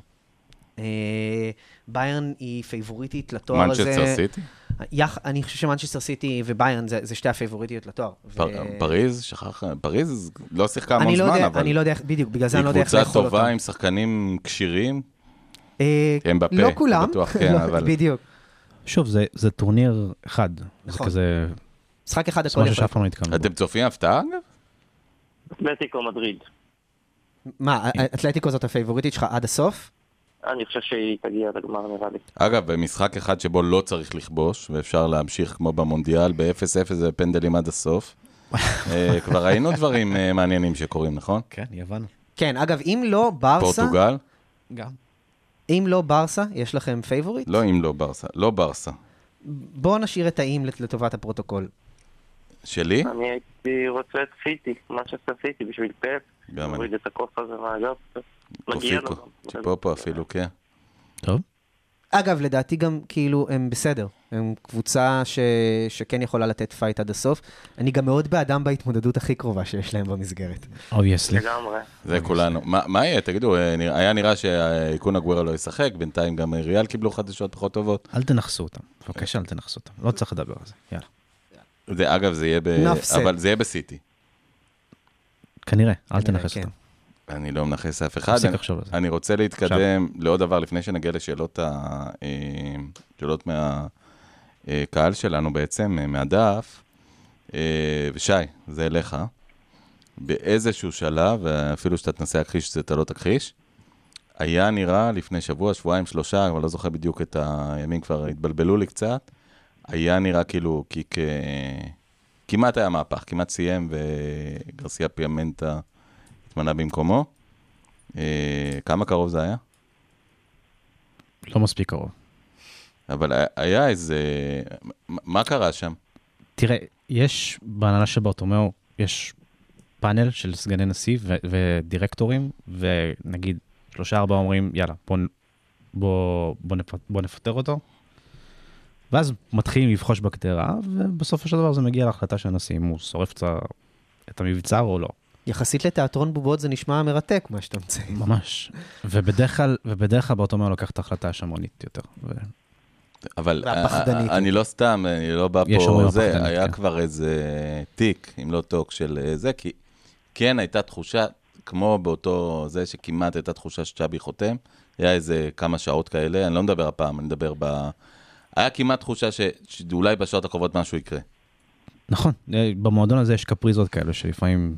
ביירן היא פייבוריטית לתואר הזה. מנצ'סטר סיטי? אני חושב שמנצ'סטר סיטי וביירן זה שתי הפייבוריטיות לתואר. פריז, שכח, פריז לא שיחקה המון זמן, אבל... אני לא יודע, בדיוק, בגלל זה אני לא יודע איך לאכול אותם. היא קבוצה טובה עם שחקנים קשירים. הם בפה, לא כולם, בדיוק. שוב, זה טורניר אחד. זה כזה... משחק אחד הכל יפה. אתם צופים הפתעה, אגב? אתלטיקו מדריד. מה, אתלטיקו זאת הפייבוריטית שלך עד הסוף? אני חושב שהיא תגיע עד הגמר, נראה לי. אגב, במשחק אחד שבו לא צריך לכבוש, ואפשר להמשיך כמו במונדיאל, ב-אפס אפס זה פנדלים עד הסוף. כבר ראינו דברים מעניינים שקורים, נכון? כן, יוון. כן, אגב, אם לא ברסה... פורטוגל? גם. אם לא ברסה, יש לכם פייבוריט? לא אם לא ברסה, לא ברסה. בואו נשאיר את האם לטובת הפרוטוקול. שלי? אני הייתי רוצה את סיטי, מה שעשה סיטי בשביל פאפ. גם אני. הוריד את הקוף הזה מהאגב. קופיקו, ציפופו אפילו, כן. טוב. אגב, לדעתי גם כאילו הם בסדר. הם קבוצה ש... שכן יכולה לתת פייט עד הסוף. אני גם מאוד באדם בהתמודדות הכי קרובה שיש להם במסגרת. אובייסלי. לגמרי. זה כולנו. מה, מה יהיה? תגידו, היה נראה שהאיקון הגווירה לא ישחק, בינתיים גם ריאל קיבלו חדשות פחות טובות. אל תנחסו אותם. בבקשה, אל תנחסו אותם. לא צריך לדבר על זה. יאללה. זה, אגב, זה יהיה ב... אבל זה יהיה בסיטי. כנראה, אל תנחס אותם. אני לא מנחס אף אחד. אני רוצה להתקדם לעוד דבר לפני שנגיע לשאלות שאלות מהקהל שלנו בעצם, מהדף. ושי, זה אליך. באיזשהו שלב, ואפילו שאתה תנסה להכחיש שזה אתה לא תכחיש, היה נראה לפני שבוע, שבועיים, שלושה, אבל לא זוכר בדיוק את הימים, כבר התבלבלו לי קצת, היה נראה כאילו קיק, כמעט היה מהפך, כמעט סיים, וגרסיה פיאמנטה התמנה במקומו. כמה קרוב זה היה? לא מספיק קרוב. אבל היה איזה... מה קרה שם? תראה, יש בהנהלה של ברטומיאו, יש פאנל של סגני נשיא ו- ודירקטורים, ונגיד שלושה ארבעה אומרים, יאללה, בוא, בוא, בוא, נפ- בוא נפטר אותו. ואז מתחילים לבחוש בקטרה, ובסופו של דבר זה מגיע להחלטה של הנשיא, אם הוא שורף את המבצר או לא. יחסית לתיאטרון בובות זה נשמע מרתק, מה שאתה מציין. ממש. ובדרך כלל, ובדרך כלל ברטומיאו לוקח את ההחלטה השמרנית יותר. ו... אבל והפחדנית. אני לא סתם, אני לא בא יש פה, אומרים זה, הפחדנית, היה כן. כבר איזה תיק, אם לא טוק של זה, כי כן הייתה תחושה, כמו באותו זה, שכמעט הייתה תחושה שצ'אבי חותם, היה איזה כמה שעות כאלה, אני לא מדבר הפעם, אני מדבר ב... היה כמעט תחושה ש... שאולי בשעות הקרובות משהו יקרה. נכון, במועדון הזה יש קפריזות כאלה שלפעמים...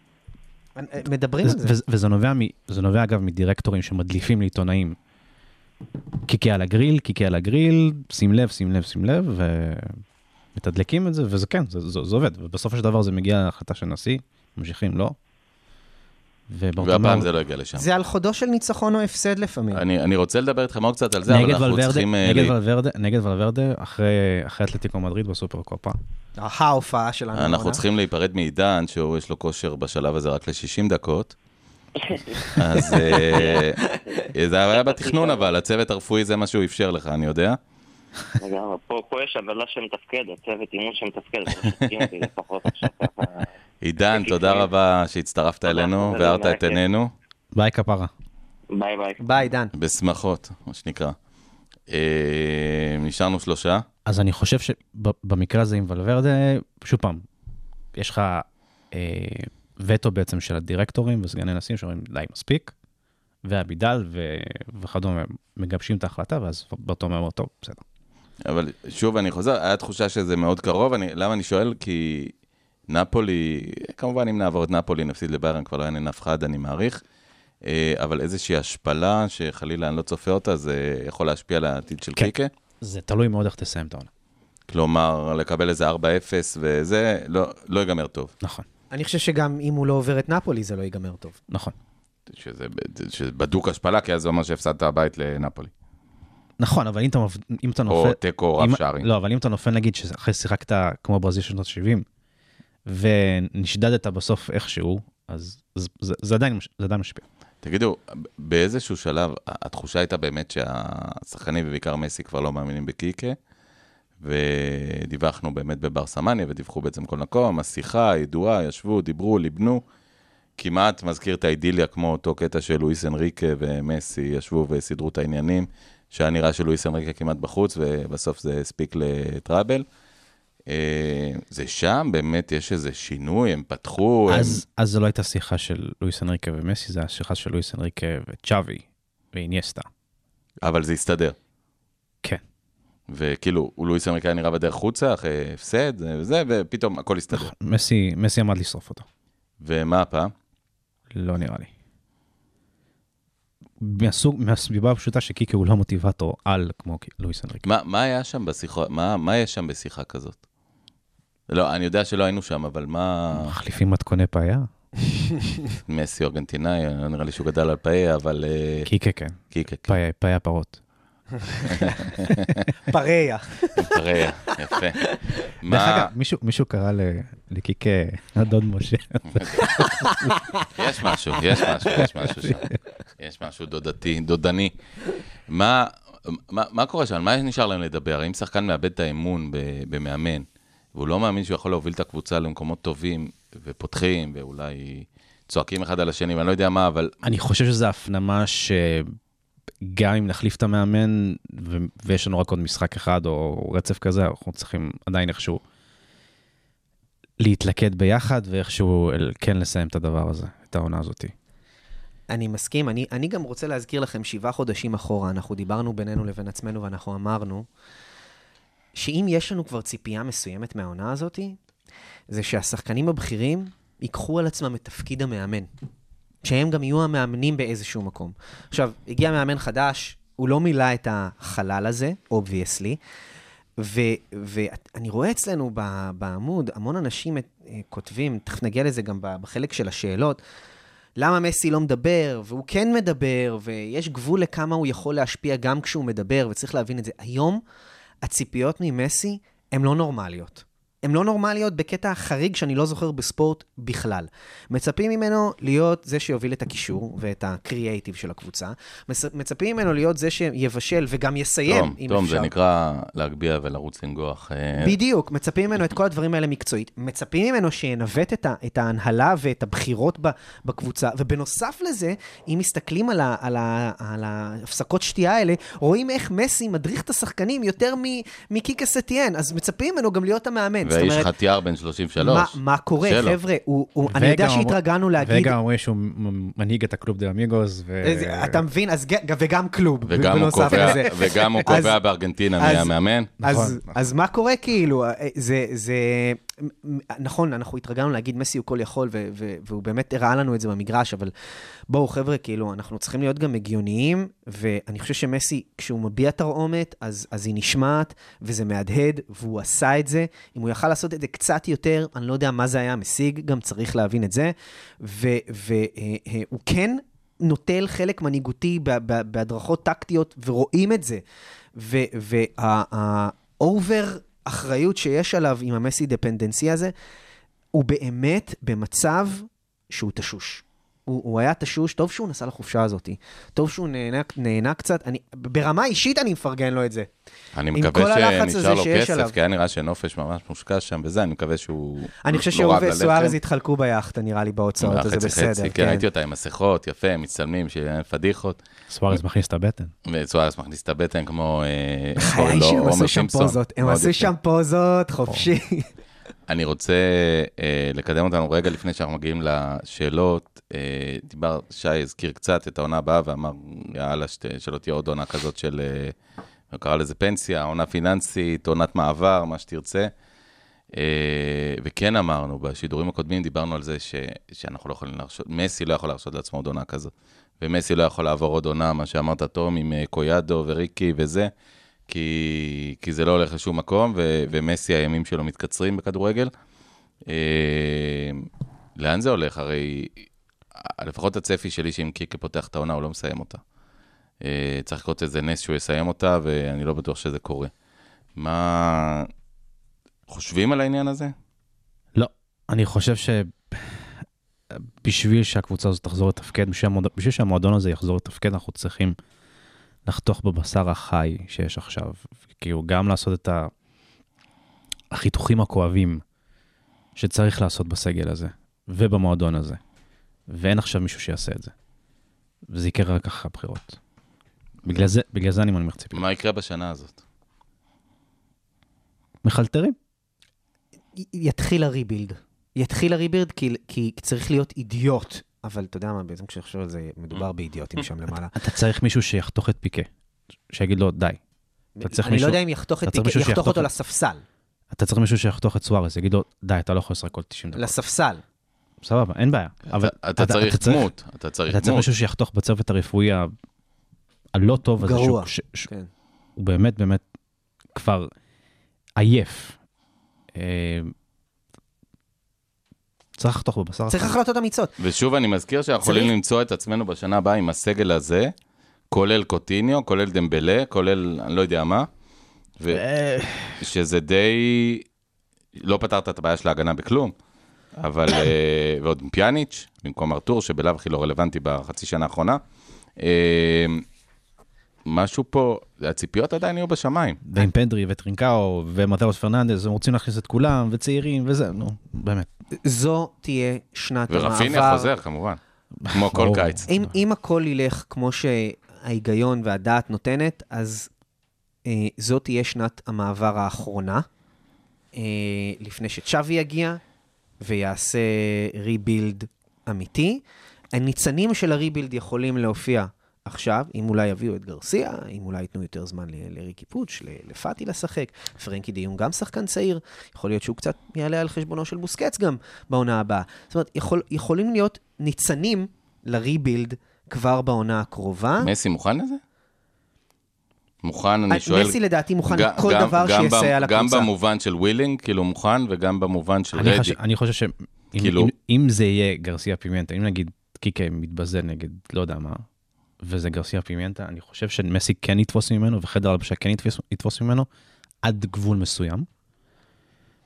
מדברים על זה. וזה- וזה נובע, מ- זה נובע אגב מדירקטורים שמדליפים לעיתונאים. קיקי על הגריל, קיקי על הגריל, שים לב, שים לב, שים לב, ומתדלקים את זה, וזה כן, זה, זה, זה עובד. ובסופו של דבר זה מגיע להחלטה של נשיא, ממשיכים, לא. והפעם זה לא הגיע לשם. זה על חודו של ניצחון או הפסד לפעמים. אני, אני רוצה לדבר איתכם עוד קצת על זה, אבל נגד אנחנו ולוורדה, צריכים... אה, נגד לי- ולוורדה, נגד ולוורדה, אחרי, אחרי אתלטיקו מדריד בסופר קופה. ההופעה שלנו. אנחנו העונה. צריכים להיפרד מעידן, שהוא יש לו כושר בשלב הזה רק ל-שישים דקות. אז אה, זה היה בתכנון, אבל הצוות הרפואי זה מה שהוא אפשר לך, אני יודע. לגמרי, פה פה יש הבלה שמתפקדת, צוות אימון שמתפקדת, שתקים אותי לפחות עכשיו ככה. עידן, תודה רבה שהצטרפת אלינו, תודה, והארת את כן. עינינו. ביי כפרה. ביי ביי. ביי, דן. בשמחות, מה שנקרא. אה, נשארנו שלושה. אז אני חושב שבמקרה הזה עם ולוורדה, שוב פעם, יש לך אה, וטו בעצם של הדירקטורים וסגני נשיאים שאומרים, די, מספיק, והבידל ו... וכדומה מגבשים את ההחלטה, ואז באותו אומר, טוב, בסדר. אבל שוב, אני חוזר, היה תחושה שזה מאוד קרוב. אני, למה אני שואל? כי נפולי, כמובן אם נעבור את נפולי, נפסיד לביירן, כבר לא אין אף אחד, אני מעריך. אה, אבל איזושהי השפלה שחלילה אני לא צופה אותה, זה יכול להשפיע על העתיד של כן. קיקה. זה תלוי מאוד איך תסיים את העונה. כלומר, לקבל איזה ארבע אפס וזה, לא, לא ייגמר טוב. נכון, אני חושב שגם אם הוא לא עובר את נפולי, זה לא ייגמר טוב. נכון. שזה, שזה בדוק השפלה, כי אז זה אומר שהפסדת הבית לנפולי. נכון, אבל אם אתה, מפ- אם אתה או נופל... תיקו רב אם- שערים. לא, אבל אם אתה נופל, נגיד, שאחרי שיחקת כמו ברזיל שנות שבעים, ונשדדת בסוף איכשהו, אז זה, זה, זה, עדיין, זה עדיין משפיע. תגידו, באיזשהו שלב, התחושה הייתה באמת שהשחקנים ובעיקר מסי כבר לא מאמינים בקיקה, ודיווחנו באמת בבר סמניה, ודיווחו בעצם כל מקום, השיחה, הידועה, ישבו, דיברו, ליבנו, כמעט מזכיר את האידיליה, כמו אותו קטע של לואיס אנריקה ומסי, ישבו וסידרו את העניינים, שהיה נראה שלואיס אנריקה כמעט בחוץ, ובסוף זה הספיק לטראבל. זה שם, באמת יש איזה שינוי, הם פתחו... אז, אז זו לא הייתה שיחה של לואיס אנריקה ומסי, זו הייתה שיחה של לואיס אנריקה וצ'אבי ואינייסטה. אבל זה הסתדר. כן. וכאילו, לואיס אנריקה היה נראה בדרך חוצה, אחרי הפסד, וזה, ופתאום הכל הסתדר. מסי, מסי עמד לשרוף אותו. ומה הפעם? לא נראה לי. מהסוג, מהסביבה הפשוטה שקיקי הוא לא מוטיבטור על כמו לואיס אנריקה. מה, מה היה שם בשיחה, מה, מה יש שם בשיחה כזאת? לא, אני יודע שלא היינו שם, אבל מה... מחליפים מתכוני פאיה? מסי ארגנטינאי, לא נראה לי שהוא גדל על פאיה, אבל... קיקה כן. קיקה, כן. פאיה, פאיה פרות. פריה. פריה, יפה. דרך מה... אגב, מישהו, מישהו קרא ל- לקיקה הדוד משה. יש משהו, יש משהו, יש משהו שם. יש משהו דודתי, דודני. מה, מה, מה קורה שם? מה נשאר להם לדבר? אם שחקן מאבד את האמון במאמן, והוא לא מאמין שהוא יכול להוביל את הקבוצה למקומות טובים, ופותחים, ואולי צועקים אחד על השני, ואני לא יודע מה, אבל... אני חושב שזו הפנמה שגם אם נחליף את המאמן, ו- ויש לנו רק עוד משחק אחד או רצף כזה, אנחנו צריכים עדיין איכשהו להתלכד ביחד, ואיכשהו כן לסיים את הדבר הזה, את העונה הזאת. אני מסכים, אני, אני גם רוצה להזכיר לכם שבעה חודשים אחורה, אנחנו דיברנו בינינו לבין עצמנו ואנחנו אמרנו, שאם יש לנו כבר ציפייה מסוימת מהעונה הזאת, זה שהשחקנים הבכירים ייקחו על עצמם את תפקיד המאמן. שהם גם יהיו המאמנים באיזשהו מקום. עכשיו, הגיע מאמן חדש, הוא לא מילא את החלל הזה, obviously, ואני רואה אצלנו בעמוד, המון אנשים כותבים, תכף נגיע לזה גם בחלק של השאלות, למה מסי לא מדבר, והוא כן מדבר, ויש גבול לכמה הוא יכול להשפיע גם כשהוא מדבר, וצריך להבין את זה. היום, הציפיות ממסי הן לא נורמליות. הן לא נורמליות בקטע חריג שאני לא זוכר בספורט בכלל. מצפים ממנו להיות זה שיוביל את הקישור ואת הקריאייטיב של הקבוצה. מצפים ממנו להיות זה שיבשל וגם יסיים, תום, אם תום, אפשר. זה נקרא להגביע ולרוץ לנגוח. בדיוק, מצפים ממנו את כל הדברים האלה מקצועית. מצפים ממנו שינווט את, ה, את ההנהלה ואת הבחירות ב, בקבוצה. ובנוסף לזה, אם מסתכלים על, ה, על, ה, על ההפסקות שתייה האלה, רואים איך מסי מדריך את השחקנים יותר מקיקה סטיין. אז מצפים ממנו גם להיות המאמן. ואיש חתיאר בן שלושים ושלוש. מה, מה קורה, שלו. חבר'ה? הוא, הוא, אני יודע שהתרגענו להגיד... וגם אומרים שהוא מנהיג את הקלוב דה אמיגוס. ו... אתה מבין? אז, וגם קלוב. וגם הוא קובע, וגם הוא קובע בארגנטינה מהמאמן. אז, אז מה קורה כאילו? זה, זה, נכון, אנחנו התרגלנו להגיד מסי הוא כל יכול, ו, ו, והוא באמת הראה לנו את זה במגרש, אבל בואו חבר'ה, כאילו, אנחנו צריכים להיות גם הגיוניים, ואני חושב שמסי, כשהוא מביע תרעומת, אז, אז היא נשמעת, וזה מהדהד, והוא עשה את זה. אם הוא יכל לעשות את זה קצת יותר, אני לא יודע מה זה היה משיג, גם צריך להבין את זה, והוא כן נוטל חלק מנהיגותי בהדרכות טקטיות, ורואים את זה. והאובר אחריות שיש עליו עם המסי דפנדנסי הזה, הוא באמת במצב שהוא תשוש. הוא, הוא היה תשוש, טוב שהוא נסע לחופשה הזאת, טוב שהוא נהנה, נהנה קצת, אני, ברמה אישית אני מפרגן לו את זה. אני מקווה שנשאר לו כסף, כי היה נראה שנופש ממש מושקע שם וזה, אני מקווה שהוא... אני חושב שהוא וסוארז התחלקו ביחת, נראה לי בהוצאות, אז זה בסדר. כן, ראיתי אותה עם מסכות, יפה, מצטלמים, שיהיה פדיחות. סוארז מכניס את הבטן. וסוארז מכניס את הבטן כמו... חיי שהם עשו שם פוזות, הם עשו שם פוזות, חופשי. אני רוצה לקדם אותנו רגע לפני שאנחנו מגיעים לשאלות. דיבר, שי הזכיר קצת את העונה הבאה ואמר, יאללה, שלא תהיה עוד עונה כזאת של, קרא לזה פנסיה, עונה פיננסית, עונת מעבר, מה שתרצה. וכן אמרנו, בשידורים הקודמים דיברנו על זה ש, שאנחנו לא יכולים להרשות, מסי לא יכול להרשות לעצמו עוד עונה כזאת. ומסי לא יכול לעבור עוד עונה, מה שאמרת תום, עם קויאדו וריקי וזה. כי, כי זה לא הולך לשום מקום, ו, ומסי הימים שלו מתקצרים בכדורגל. אה, לאן זה הולך? הרי לפחות הצפי שלי שאם קיקה פותח את העונה, הוא לא מסיים אותה. אה, צריך לקרות איזה נס שהוא יסיים אותה, ואני לא בטוח שזה קורה. מה... חושבים על העניין הזה? לא. אני חושב שבשביל שהקבוצה הזאת תחזור לתפקד, בשביל שהמועדון הזה יחזור לתפקד, אנחנו צריכים... לחתוך בבשר החי שיש עכשיו, כאילו גם לעשות את החיתוכים הכואבים שצריך לעשות בסגל הזה, ובמועדון הזה, ואין עכשיו מישהו שיעשה את זה. וזה יקרה רק אחרי הבחירות. בגלל זה, בגלל זה אני מנמיך ציפי. מה יקרה בשנה הזאת? מחלטרים. יתחיל הריבילד. יתחיל הריבילד כי, כי צריך להיות אידיוט. אבל אתה יודע מה, בעצם כשאני חושב על זה, מדובר באידיוטים שם למעלה. אתה צריך מישהו שיחתוך את פיקה, שיגיד לו, די. אני לא יודע אם יחתוך את פיקה, יחתוך אותו לספסל. אתה צריך מישהו שיחתוך את סוארז, יגיד לו, די, אתה לא יכול לשחק כל תשעים דקות. לספסל. סבבה, אין בעיה. אתה צריך דמות. אתה צריך מישהו שיחתוך בצוות הרפואי הלא טוב הזה. גרוע. הוא באמת, באמת כבר עייף. צריך לחתוך בבשר. צריך החלטות אמיצות. ושוב אני מזכיר שאנחנו יכולים למצוא את עצמנו בשנה הבאה עם הסגל הזה, כולל קוטיניו, כולל דמבלה, כולל אני לא יודע מה, ושזה די, לא פתרת את הבעיה של ההגנה בכלום, אבל, ועוד פיאניץ', במקום ארתור, שבלב הכי לא רלוונטי בחצי שנה האחרונה, משהו פה, הציפיות עדיין יהיו בשמיים. ועם פנדרי וטרינקאו ומתאוס פרננדז, הם רוצים להכניס את כולם, וצעירים וזה, נו, באמת. זו תהיה שנת המעבר. ורפיניה חוזר, כמובן, כמו כל קיץ. אם, אם הכל ילך כמו שההיגיון והדעת נותנת, אז אה, זו תהיה שנת המעבר האחרונה, אה, לפני שצ'אבי יגיע, ויעשה ריבילד אמיתי. הניצנים של הריבילד יכולים להופיע עכשיו, אם אולי יביאו את גרסיה, אם אולי ייתנו יותר זמן לריקי פוץ', לפאטי לשחק, פרנקי דיון גם שחקן צעיר, יכול להיות שהוא קצת יעלה על חשבונו של בוסקץ גם בעונה הבאה. זאת אומרת, יכול, יכולים להיות ניצנים לריבילד כבר בעונה הקרובה. מסי מוכן לזה? מוכן, אני שואל... מסי לדעתי מוכן כל דבר שיסייע לקבוצה. גם במובן של ווילינג, כאילו מוכן, וגם במובן של רדי. אני חושב שאם זה יהיה גרסיה פימנטה, אם נגיד קיקה מתבזה נגד לא יודע מה, וזה גרסיה פימנטה, אני חושב שמסי כן יתפוס ממנו, וחדר הלבשה כן יתפוס ממנו, עד גבול מסוים.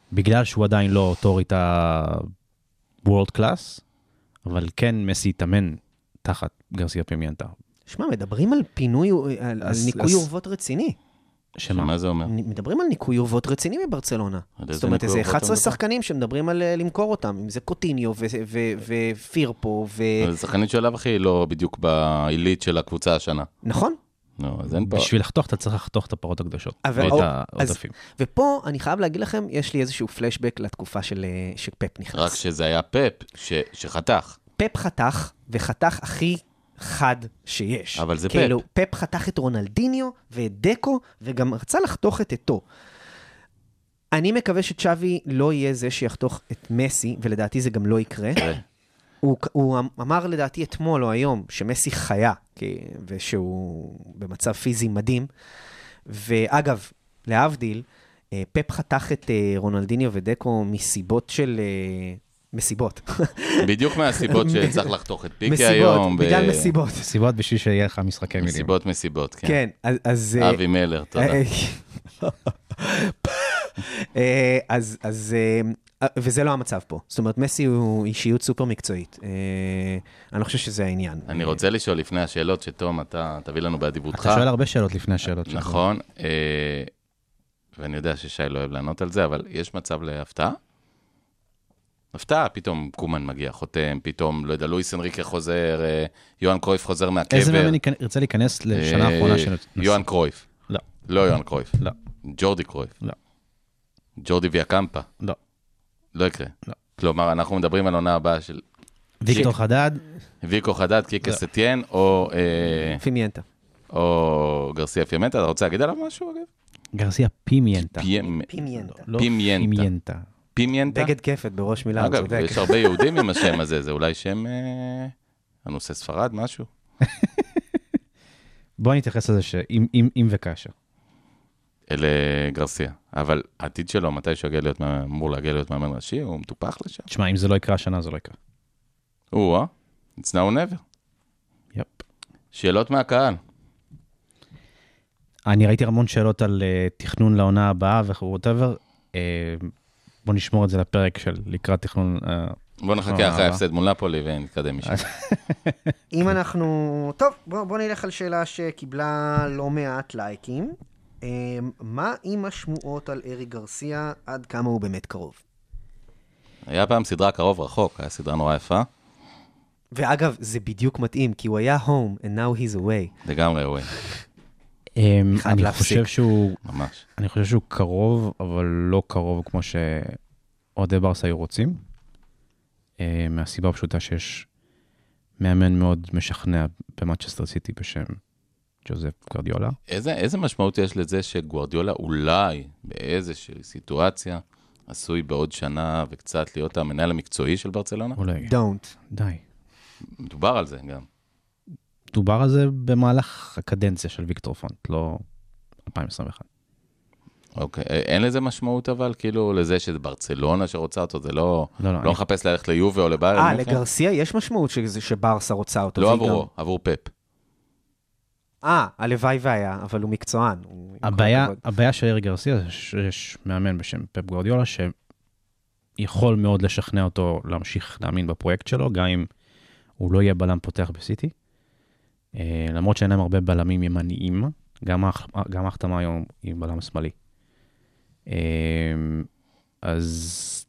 בגלל שהוא עדיין לא אוטוריטה וורלד קלאס, אבל כן מסי התאמן תחת גרסיה פימיינטה. שמע, מדברים על פינוי, על, על ניקוי אורוות רציני. שמה? מה זה אומר? מדברים על ניקוי אורוות רציני בברצלונה. זאת אומרת, איזה אחד עשר שחקנים שמדברים על למכור אותם, אם זה קוטיניו ופירפו. זה שחקנית שעליו הכי לא בדיוק בעילית של הקבוצה השנה. נכון. לא, אז אין פה. בשביל לחתוך, אתה צריך לחתוך את הפרות הקדושות. ואת העודפים. ופה, אני חייב להגיד לכם, יש לי איזשהו פלשבק לתקופה של פפ נכנס. רק שזה היה פפ שחתך. פפ חתך, וחתך הכי חד שיש. אבל זה כאילו, פפ. פפ חתך את רונלדיניו ואת דקו, וגם רצה לחתוך את אתו. אני מקווה שצ'אבי לא יהיה זה שיחתוך את מסי, ולדעתי זה גם לא יקרה. הוא, הוא אמר לדעתי אתמול או היום, שמסי חיה, ושהוא במצב פיזי מדהים. ואגב, להבדיל, פפ חתך את רונלדיניו ודקו מסיבות של... מסיבות. בדיוק מהסיבות שצריך לחתוך את פיקי היום. מסיבות, בגלל מסיבות. מסיבות בשביל שיהיה לך משחקי מילים. מסיבות מסיבות, כן. כן, אז... אבי מלר, תודה. אז, אז, וזה לא המצב פה. זאת אומרת, מסי הוא אישיות סופר מקצועית. אני לא חושב שזה העניין. אני רוצה לשאול לפני השאלות, שתום, אתה תביא לנו באדיבותך. אתה שואל הרבה שאלות לפני השאלות. נכון, ואני יודע ששי לא אוהב לענות על זה, אבל יש מצב להפתעה? הפתעה, פתאום קומן מגיע, חותם, פתאום, לא יודע, לואיס אנריקה חוזר, יוהאן קרויף חוזר מהקבר. איזה מאמן ירצה להיכנס לשנה האחרונה של... יוהאן קרויף. לא. לא יוהאן קרויף. לא. ג'ורדי קרויף. לא. ג'ורדי ויאקמפה. לא. לא יקרה. לא. כלומר, אנחנו מדברים על עונה הבאה של... ויקטור חדד. ויקו חדד, קיקה סטיין, או... פימיינטה. או גרסיה פימיינטה. אתה רוצה להגיד עליו משהו, אגב? גרסיה פימיינטה. פימיינטה. לא פימיינטה. פימיינטה? בגד כפת בראש מילה, אגב, יש הרבה יהודים עם השם הזה, זה אולי שם הנושא ספרד, משהו? בוא נתייחס לזה שאם וכאשר. אלה גרסיה. אבל העתיד שלו, מתי שהוא אמור להגיע להיות מאמן ראשי, הוא מטופח לשם. תשמע, אם זה לא יקרה השנה, זה לא יקרה. או, אה? It's now or never. יפ. שאלות מהקהל. אני ראיתי המון שאלות על תכנון לעונה הבאה וחברוטבר. בוא נשמור את זה לפרק של לקראת תכנון... בוא נחכה אחרי ההפסד מול נפולי ונתקדם משם. אם אנחנו... טוב, בוא נלך על שאלה שקיבלה לא מעט לייקים. מה עם השמועות על ארי גרסיה, עד כמה הוא באמת קרוב? היה פעם סדרה קרוב רחוק, היה סדרה נורא יפה. ואגב, זה בדיוק מתאים, כי הוא היה home, and now he's away. לגמרי away. אני חושב שהוא... ממש. אני חושב שהוא קרוב, אבל לא קרוב כמו שאוהדי ברסה היו רוצים. מהסיבה הפשוטה שיש מאמן מאוד משכנע במנצ'סטר סיטי בשם ג'וזף גוארדיולה. איזה, איזה משמעות יש לזה שגוארדיולה אולי באיזושהי סיטואציה עשוי בעוד שנה וקצת להיות המנהל המקצועי של ברצלונה? אולי. Don't. די. מדובר על זה גם. דובר על זה במהלך הקדנציה של ויקטור פונט, לא אלפיים עשרים ואחת. אוקיי, אין לזה משמעות אבל, כאילו לזה שזה ברצלונה שרוצה אותו, זה לא, לא, לא, לא אני... מחפש ללכת ליובה או לביירן. אה, לגרסיה יש משמעות שזה שברסה רוצה אותו. לא עבורו, עבור פפ. אה, הלוואי והיה, אבל הוא מקצוען. הבעיה, הבעיה של ארי גרסיה זה שיש מאמן בשם פפ גוארדיולה, שיכול מאוד לשכנע אותו להמשיך להאמין בפרויקט שלו, גם אם הוא לא יהיה בלם פותח בסיטי. למרות שאין להם הרבה בלמים ימניים, גם ההחתמה היום היא בלם שמאלי. אז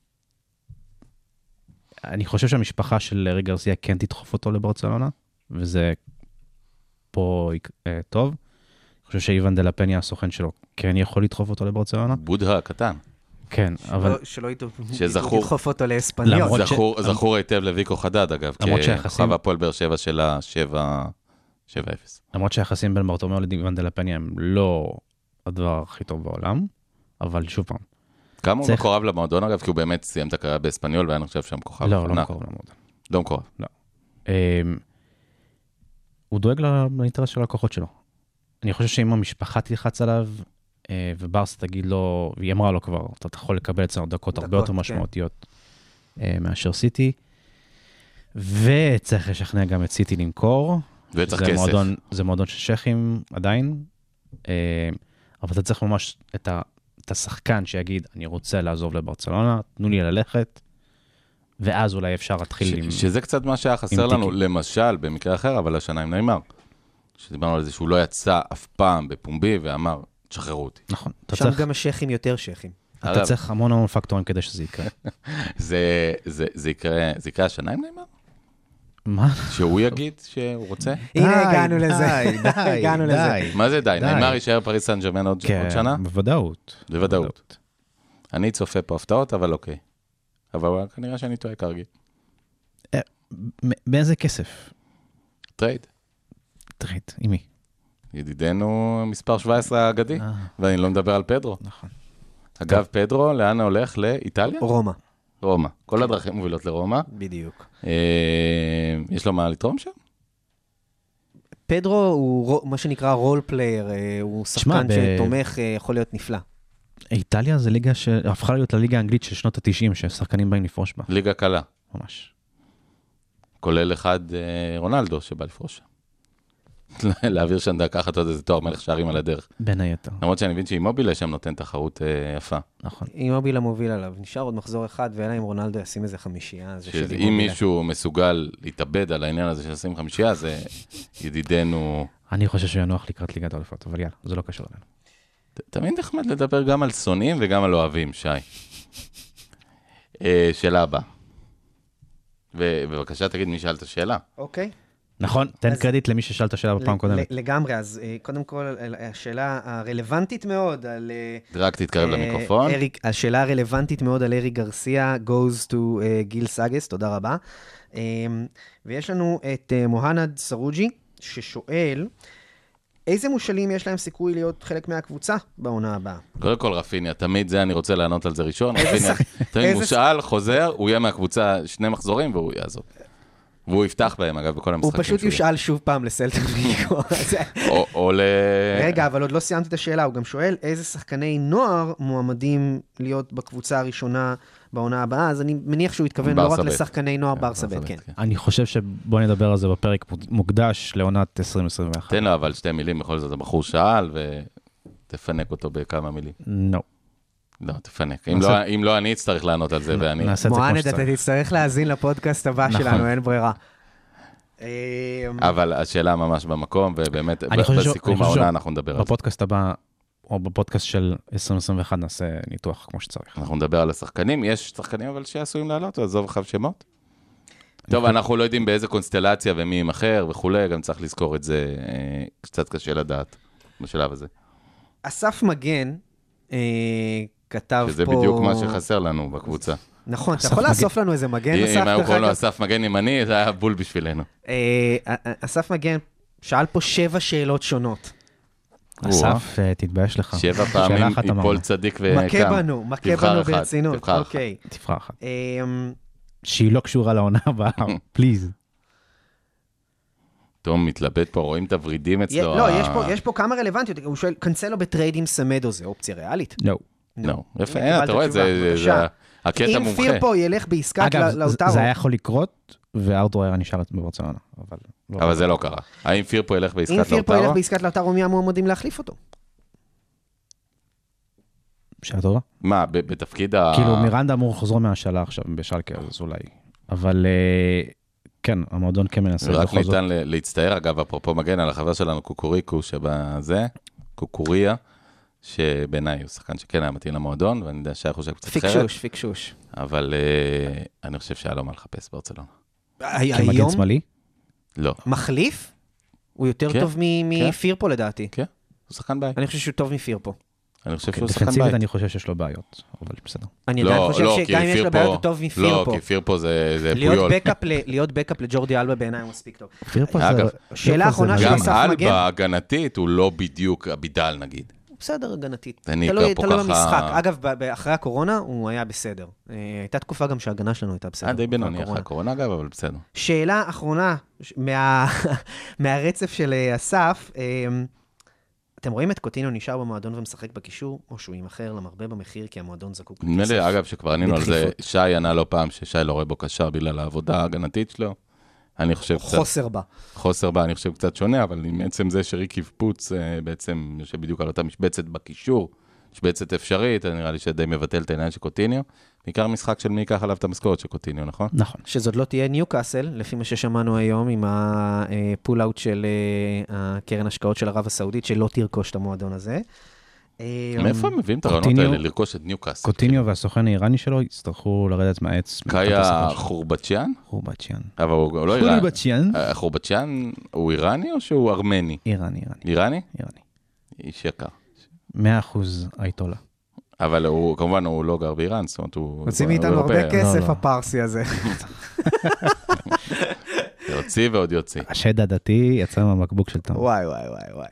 אני חושב שהמשפחה של ארי גרסיה כן תדחוף אותו לברצלונה, וזה פה טוב. אני חושב שאיוון דה לפניה, הסוכן שלו, כן יכול לדחוף אותו לברצלונה. בודה הקטן. כן, אבל... שלא ידחוף אותו לאספניול. זכור היטב לויקו חדד, אגב, כוכב הפועל באר שבע שלה שבע אפס. למרות שהיחסים בין ברטומיאו לאיוון דה לפניה הם לא הדבר הכי טוב בעולם, אבל שוב פעם. כמה הוא מקורב למועדון, אגב, כי הוא באמת סיים את הקריירה באספניול, ואני חושב שם כוכב. לא, לא מקורב למועדון. לא מקורב. לא. הוא דואג לאינטרס של הלקוחות שלו. אני חושב שאם המשפחה תלחץ עליו, וברסה תגיד לו, והיא אמרה לו כבר, אתה יכול לקבל אצלנו דקות הרבה יותר משמעותיות מאשר סיטי, וצריך לשכנע גם את סיטי למכור. וצריך כסף. זה מועדון של שכים עדיין, אבל אתה צריך ממש את את השחקן שיגיד, אני רוצה לעזוב לברצלונה, תנו לי ללכת, ואז אולי אפשר להתחיל ש- עם... שזה קצת מה שהיה חסר עם לנו, טיקי. למשל, במקרה אחר, אבל השנה עם נאמר. שדיברנו על זה שהוא לא יצא אף פעם בפומבי, ואמר, תשחררו אותי. נכון. אתה שם צריך, גם השייכים יותר שייכים. אתה אגב, צריך המון המון פקטורים כדי שזה יקרה. זה, זה, זה יקרה, זה יקרה השנה עם נאמר? מה? שהוא יגיד שהוא רוצה? הנה, די, הגענו לזה. די, די, הגענו לזה. די. מה זה די? די. נאמר יישאר פריס סן ז'רמן עוד כן, עוד שנה? בוודאות. בוודאות. אני צופה פה הפתעות, אבל אוקיי. אבל כנראה שאני טועה כרגיל. מ- באיזה כסף? טרייד. טרייד, עם מי? ידידנו מספר שבע עשרה האגדי, אה, ואני לא מדבר על פדרו. נכון. אגב, פדרו, לאן הולך? לאיטליה? רומא. רומא. כל הדרכים מובילות לרומא. בדיוק. אה, יש לו מה לתרום שם? פדרו הוא רו- מה שנקרא רול פלייר, אה, הוא שחקן ב- שתומך, אה, יכול להיות נפלא. איטליה זה ליגה שהפכה להיות לליגה האנגלית של שנות ה-תשעים, ששחקנים באים לפרוש בה. ליגה קלה. ממש. כולל אחד אה, רונלדו שבא לפרוש. להעביר שם דקה אחת עוד איזה תואר מלך שערים על הדרך. בין היתר. למרות שאני מבין שאימובילה שם נותן תחרות אה, יפה. נכון. אימובילה מוביל עליו. נשאר עוד מחזור אחד, ואלה אם רונלדו ישים איזה חמישייה. זה של שאם אימובילה. מישהו מסוגל להתאבד על העניין הזה של עשרים וחמישייה, זה ידידנו... אני חושב שהוא ינוח לקראת ליגת האלופות, אבל יאללה, זה לא קשור אלינו. ת- תמיד נחמד לדבר גם על שונאים וגם על אוהבים, שי. אה, שאלה הבאה. ובבקשה תגיד מי שאל את השאלה. אוקיי. נכון, תן אז- קרדיט למי ששאל את השאלה בפעם ל- הקודמת. ל- לגמרי, אז אה, קודם כל, אה, השאלה הרלוונטית מאוד על... אה, רק תתקרב אה, למיקרופון. אריק, השאלה הרלוונטית מאוד על אריק גרסיה, goes to uh, גיל סאגס, תודה רבה. Um, ויש לנו את uh, מוהנד סרוג'י, ששואל, איזה מושלים יש להם סיכוי להיות חלק מהקבוצה בעונה הבאה? קודם כל רפיניה, תמיד זה אני רוצה לענות על זה ראשון. רפיניה, תמיד איזה מושאל, חוזר, הוא יהיה מהקבוצה שני מחזורים והוא יעזוב. והוא יפתח בהם, אגב, בכל הוא המשחקים פשוט שלו. יושאל שוב פעם לסלטה ויגו. או- או ל... רגע, אבל עוד לא סיימתי את השאלה, הוא גם שואל איזה שחקני נוער מועמדים להיות בקבוצה הראשונה בעונה הבאה, אז אני מניח שהוא התכוון לא רק ברסה ב'. לשחקני נוער כן, ברסה ברסה ב', ב', כן. כן. אני חושב שבוא נדבר על זה בפרק מוקדש לעונת עשרים עשרים ואחת. תן לו אבל שתי מילים, בכל זאת הבחור שאל, ותפנק אותו בכמה מילים. לא. לא, תפנק. אם נעשה- לא- אם לא, אני אצטרך לענות על זה, ואני... נעשה את זה כמו מוענד, אתה שצריך. תצטרך להאזין לפודקאסט הבא נכון. שלנו, אין ברירה. אמ, אבל השאלה ממש במקום, ובאמת, אני חושב ש- בסיכום אני חושב העונה ש- אנחנו נדבר על זה. בפודקאסט הבא, או בפודקאסט של עשרים עשרים ואחת, נעשה ניתוח כמו שצריך. אנחנו נדבר על השחקנים. יש שחקנים אבל שעשויים לעלות, עזוב לך שמות. טוב, אנחנו לא יודעים באיזה קונסטלציה ומי ימחר וכולי, גם צריך לזכור את זה, אה, קצת קשה לדעת בשלב הזה. אסף מגן אה, כתב פה... שזה בדיוק מה שחסר לנו בקבוצה. נכון, אתה אסף יכול מגן. לאסוף לנו איזה מגן, אסף? אם היו דרך קוראים לו אגב? אסף מגן ימני, זה היה בול בשבילנו. אה, אסף מגן שאל פה שבע שאלות שונות. אסף, אה, תתבייש לך. שבע שאלה פעמים אחת אמרנו. יפול צדיק וקם. מכה בנו, מכה תבחר בנו אחת, ברצינות. תבחר אחת. אוקיי. תבחר אחת. אמ, שהיא לא קשורה לעונה הבאה, פליז. תום מתלבט פה, רואים את הוורידים י- אצלו. לא, ה- יש פה- יש פה כמה רלוונטיות. הוא שואל, קנסלו בטרייד עם סמדו, זה אופציה ריאלית? לא. לא, יפה, הנה, הנה, קיבלת אתה רואה את זה, תשובה, זה- בבקשה. זה הקטע אם מומחה. פירפו ילך בעסקת אגב, זה- לאוטרו, זה היה יכול לקרות, וארתור היה נשאר בברצלונה, אבל... לא. אבל זה לא קרה. האם פירפו ילך אם בעסקת פירפו ילך לאוטרו? בעסקת לאוטרו, מי המועמדים להחליף אותו? שאלה טובה. מה, ב- בתפקיד ה... כאילו, מירנדה אמור לחזור מהשאלה עכשיו בשלקה, אז אולי. אבל אה, כן, המועדון כן מנסה רק בכל זאת. ניתן ל- להצטער, אגב, אפרופו מגן על החבר שלנו, קוקוריקו, שבזה, קוקוריה, שבעיניי הוא שחקן שכן היה מתאים למועדון, ואני יודע שהיה חושב קצת אחרת, פיקשוש, פיקשוש. אבל אה, אני חושב שהיה לו מה לחפש ברצלונה. כמגן היום שמאלי? לא, מחליף? הוא יותר כן, טוב מ- כן. מפירפו לדעתי. כן, הוא שחקן בית. אני חושב שהוא טוב מפירפו. אני חושב אוקיי, שהוא שחקן דפנסיבית בית. אני חושב שיש לו בעיות, אבל בסדר. אני עדיין לא, חושב לא, שגם אם כי יש לו פירפו... בעיות הוא טוב לא, מפירפו. כי פירפו זה זה להיות פויול. בקאפ ל- להיות בקאפ לג'ורדי אלבה בעיניי הוא מספיק טוב. פירפו זה- אגב, פירפו שאלה זה אחרונה מגן. גם אסף מגן? אלבה הגנתית הוא לא בדיוק הבידל, נגיד. בסדר, הגנתית. זה נקרא תלוי פה תלוי ככה- במשחק. אגב, ב- ב- אחרי הקורונה הוא היה בסדר. אה, הייתה תקופה גם שההגנה שלנו הייתה בסדר. היה די בינוני אחרי אחרי הקורונה. הקורונה, אגב, אבל בסדר. שאלה אחרונה ש- מה- מהרצף של אה, אסף. אה, אתם רואים את קוטינו נשאר במועדון ומשחק בקישור, או שהוא ימחר למרבה במחיר כי המועדון זקוק נדמה לכסף? לי, אגב, שכבר ענינו על זה, בדחיפות. שי ענה לא פעם ששי לא רואה בו קשר בגלל העבודה ההגנתית שלו. אני חושב קצת, חוסר בה. חוסר בה, אני חושב קצת שונה, אבל עם עצם זה שריקיב פוץ אה, בעצם יושב בדיוק על אותה משבצת בקישור, משבצת אפשרית, נראה לי שדי מבטל את העניין של קוטיניו, בעיקר משחק של מי ייקח עליו את המשכורת של קוטיניו, נכון? נכון. שזאת לא תהיה ניוקאסל, לפי מה ששמענו היום, עם הפול-אוט של הקרן השקעות של ערב הסעודית, שלא תרכוש את המועדון הזה. מאיפה הם מביאים את הרעיונות האלה לרכוש את ניוקאסל? קוטיניו והסוכן האיראני שלו יצטרכו לרדת מהעץ. קאיה חורבצ'יאן? חורבצ'יאן. אבל הוא לא איראני. חורבצ'יאן? חורבצ'יאן הוא איראני או שהוא ארמני? איראני, איראני. איראני? איראני. איש יקר. מאה אחוז אייטולה. אבל הוא, כמובן, הוא לא גר באיראן, זאת אומרת, הוא... רוצים מאיתנו הרבה כסף, הפרסי הזה. יוציא ועוד יוציא. השד הדתי יצא מהמקבוק של תום. וואי, וואי, וואי, וואי.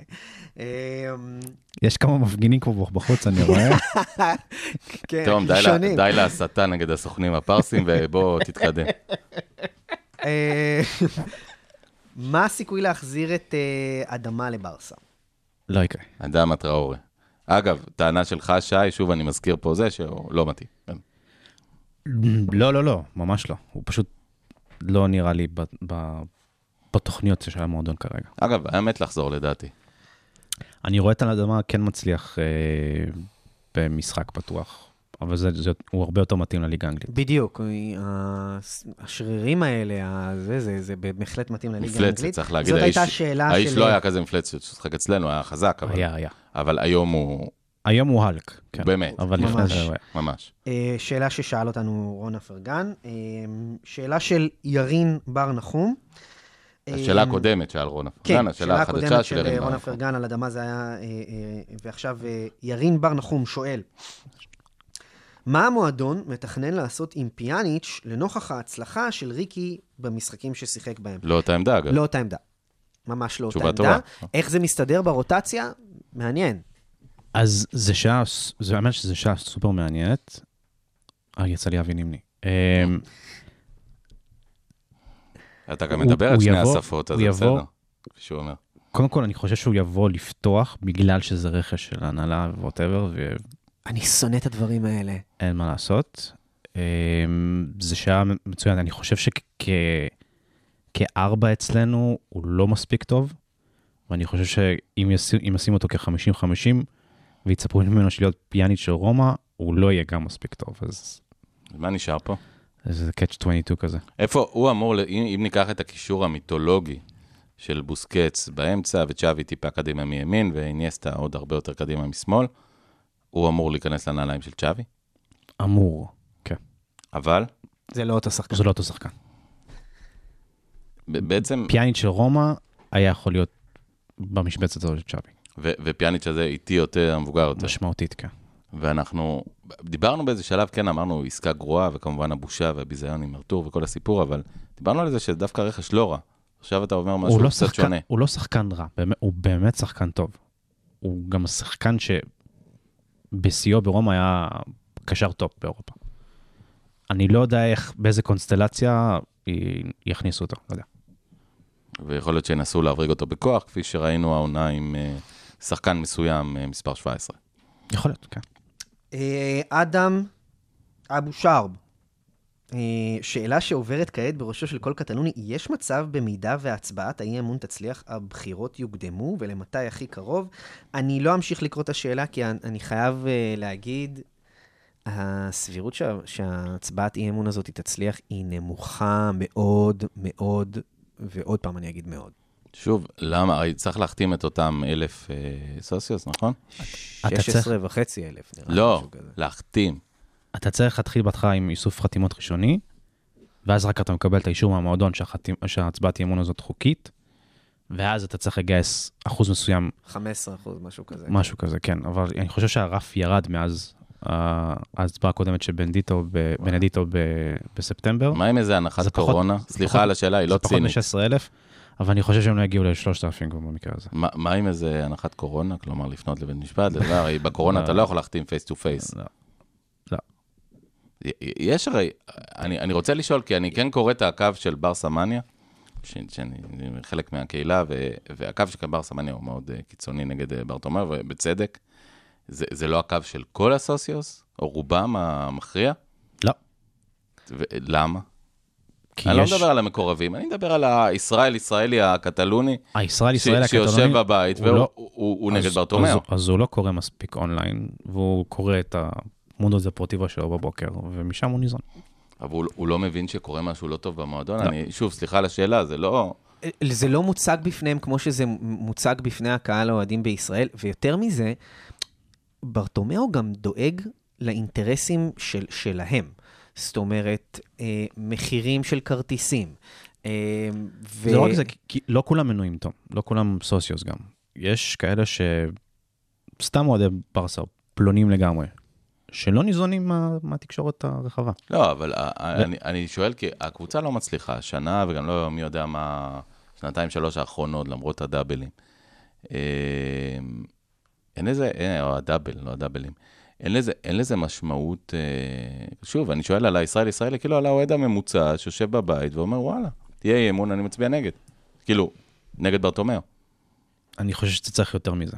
יש כמה מפגינים כמו בחוץ, אני רואה. תום, די להסתה נגד הסוכנים הפרסים, ובוא תתקדם. מה הסיכוי להחזיר את אדמה לברסה? לא יקרה. אדמה טראורי. אגב, טענה שלך, שי, שוב אני מזכיר פה זה, שהוא לא מתאים. לא, לא, לא, ממש לא. הוא פשוט לא נראה לי בתוכניות של המועדון כרגע. אגב, האמת לחזור לדעתי. אני רואה את האדמה כן מצליח אה, במשחק פתוח, אבל זה, זה, הוא הרבה יותר מתאים לליגה האנגלית. בדיוק, השרירים האלה, זה, זה, זה בהחלט מתאים לליגה האנגלית. מפלצת, צריך להגיד. זאת הייתה שאלה של... האיש לא היה כזה מפלצת, ששחק אצלנו, היה חזק, אבל... היה, היה. אבל היום הוא... היום הוא הלק, כן. באמת. אבל ממש. לפני זה... ממש. שאלה ששאל אותנו רון אפרגן, שאלה של ירין בר נחום. השאלה הקודמת שאל רון אפרגן, השאלה החדשה של ירין בר נחום. רון אפרגן על אדמה זה היה, ועכשיו ירין בר נחום שואל, מה המועדון מתכנן לעשות עם פיאניץ' לנוכח ההצלחה של ריקי במשחקים ששיחק בהם? לא אותה עמדה, אגב. לא אותה עמדה. ממש לא אותה תשובה עמדה. טובה. איך זה מסתדר ברוטציה? מעניין. אז זה שעה, זה האמת שזה שעה סופר מעניינת. אה, יצא לי אבי נימני. אתה גם מדבר את שני השפות, אז זה בסדר. שהוא אומר. קודם כל, אני חושב שהוא יבוא לפתוח, בגלל שזה רכש של ההנהלה ווטאבר, ו... אני שונא את הדברים האלה. אין מה לעשות. זה שעה מצוין. אני חושב שכארבע אצלנו הוא לא מספיק טוב, ואני חושב שאם ישים אותו כ-חמישים חמישים, ויצפרו ממנו שלהיות פיאנית של רומא, הוא לא יהיה גם מספיק טוב. אז... מה נשאר פה? זה קאץ' עשרים ושתיים כזה. איפה הוא אמור, אם, אם ניקח את הקישור המיתולוגי של בוסקץ באמצע, וצ'אבי טיפה קדימה מימין, ואיניאסטה עוד הרבה יותר קדימה משמאל, הוא אמור להיכנס לנעליים של צ'אבי? אמור, כן. אבל? זה לא אותו שחקן. זה לא אותו שחקן. בעצם... פיאניץ' של רומא היה יכול להיות במשבצת הזאת של צ'אבי. ו- ופיאניץ' הזה איטי יותר, מבוגר יותר. משמעותית, כן. ואנחנו, דיברנו באיזה שלב, כן, אמרנו עסקה גרועה, וכמובן הבושה והביזיון עם ארתור וכל הסיפור, אבל דיברנו על זה שדווקא רכש לא רע. עכשיו אתה אומר משהו לא קצת שחקן, שונה. הוא לא שחקן רע, באמת, הוא באמת שחקן טוב. הוא גם שחקן שבסיוע ברומא היה קשר טופ באירופה. אני לא יודע איך, באיזה קונסטלציה יכניסו אותו, לא יודע. ויכול להיות שינסו להבריג אותו בכוח, כפי שראינו העונה עם שחקן מסוים, מספר שבע עשרה. יכול להיות, כן. אדם אבו שרב, שאלה שעוברת כעת בראשו של כל קטלוני, יש מצב במידה והצבעת האי אמון תצליח, הבחירות יוקדמו, ולמתי הכי קרוב? אני לא אמשיך לקרוא את השאלה, כי אני חייב להגיד, הסבירות שה, שהצבעת אי אמון הזאת תצליח היא נמוכה מאוד מאוד, ועוד פעם אני אגיד מאוד. שוב, למה? הרי צריך להחתים את אותם אלף אה, סוציוס, נכון? שש עשרה וחצי אלף. לא, להחתים. אתה צריך להתחיל בהתחלה עם איסוף חתימות ראשוני, ואז רק אתה מקבל את האישור מהמועדון שהחתים, שההצבעת האמון הזאת חוקית, ואז אתה צריך לגייס אחוז מסוים. חמישה עשר אחוז, משהו כזה. משהו כזה, כן. אבל אני חושב שהרף ירד מאז ההצבעה הקודמת של בנדיטו בספטמבר. מה עם איזה הנחת קורונה? סליחה על השאלה, היא לא צינית. זה פחות מ-שש עשרה אלף, אבל אני חושב שהם לא יגיעו ל-שלושת אלפים במקרה הזה. מה עם איזה הנחת קורונה? כלומר, לפנות לבית משפט, לדבר, בקורונה אתה לא יכול להחתים פייס טו פייס. לא. לא. יש הרי, אני, אני רוצה לשאול, כי אני כן קורא את הקו של ברסה מניה, שאני חלק מהקהילה, והקו של ברסה מניה הוא מאוד קיצוני נגד ברטומאו, ובצדק, זה, זה לא הקו של כל הסוציוס, או רובם המכריע? לא. למה? אני לא מדבר על המקורבים, אני מדבר על הישראל-ישראלי הקטלוני, הישראל-ישראלי הקטלוני, שיושב בבית, והוא נגד ברטומיאו. אז הוא לא קורא מספיק אונליין, והוא קורא את המונדו דפורטיבו שלו בבוקר, ומשם הוא ניזון. אבל הוא לא מבין שקורה משהו לא טוב במועדון. אני, שוב, סליחה על השאלה, זה לא... זה לא מוצג בפניהם כמו שזה מוצג בפני הקהל האוהדים בישראל, ויותר מזה, ברטומיאו גם דואג לאינטרסים של, שלהם. זאת אומרת, אה, מחירים של כרטיסים. אה, ו... זה לא רק זה, כי לא כולם מנויים טוב, לא כולם סוציוס גם. יש כאלה שסתם אוהדי ברסה, פלונים לגמרי, שלא ניזונים מה, מהתקשורת הרחבה. לא, אבל ו... אני, אני שואל, כי הקבוצה לא מצליחה, שנה, וגם לא מי יודע מה, שנתיים, שלוש האחרונות, למרות הדאבלים. אה, אין איזה, אין, או הדאבל, לא הדאבלים. אין לזה, אין לזה משמעות, אה, שוב, אני שואל על הישראל ישראלי, כאילו על האוהד הממוצע שיושב בבית ואומר, וואלה, תהיה אי אמון, אני מצביע נגד. כאילו, נגד ברטומיאו. אני חושב שזה צריך יותר מזה.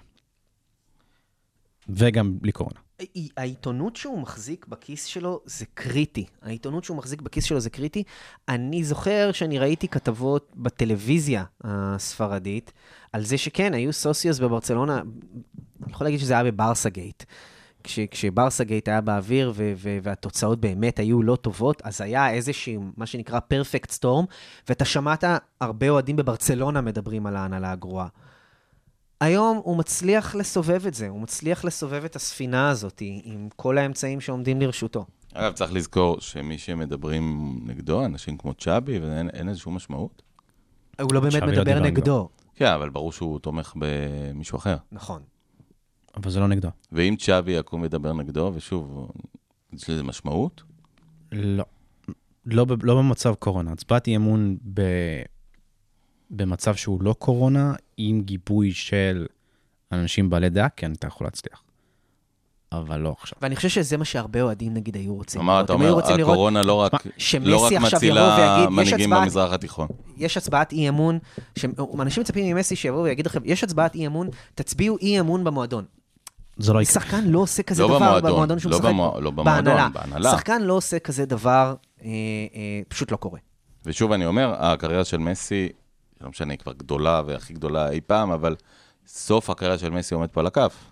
וגם בלי קורונה. העיתונות שהוא מחזיק בכיס שלו זה קריטי. העיתונות שהוא מחזיק בכיס שלו זה קריטי. אני זוכר שאני ראיתי כתבות בטלוויזיה הספרדית, על זה שכן, היו סוציוס בברצלונה, אני יכול להגיד שזה היה בברסה גייט. כש, כשברסה גייט היה באוויר ו- ו- והתוצאות באמת היו לא טובות, אז היה איזשהו, מה שנקרא פרפקט סטורם, ואתה שמעת הרבה אוהדים בברצלונה מדברים על ההנהלה הגרועה. היום הוא מצליח לסובב את זה, הוא מצליח לסובב את הספינה הזאת עם כל האמצעים שעומדים לרשותו. אגב, צריך לזכור שמי שמדברים נגדו, אנשים כמו צ'אבי, ואין אין איזשהו משמעות. הוא לא באמת מדבר נגדו. כן, אבל ברור שהוא תומך במישהו אחר. נכון. אבל זה לא נגדו. ואם צ'אבי יקום מדבר נגדו, ושוב, יש לזה משמעות? לא. לא, לא במצב קורונה. הצבעת אי אמון ב... במצב שהוא לא קורונה, עם גיבוי של אנשים בעלי דעה, כן, אתה יכול להצליח. אבל לא עכשיו. ואני חושב שזה מה שהרבה אוהדים נגיד היו רוצים. כלומר, אתה אומר, הקורונה לא רק, לא רק מצילה מנהיגים במזרח התיכון. יש הצבעת אי אמון, אנשים מצפים ממסי שיבואו ויגיד לכם, יש הצבעת אי אמון, תצביעו אי אמון במועדון. זה לא יקרה. שחקן לא עושה כזה דבר במועדון שהוא משחק בו. לא במועדון, בהנהלה. שחקן לא עושה כזה דבר, פשוט לא קורה. ושוב אני אומר, הקריירה של מסי, לא משנה, היא כבר גדולה והכי גדולה אי פעם, אבל סוף הקריירה של מסי עומד פה על הכף.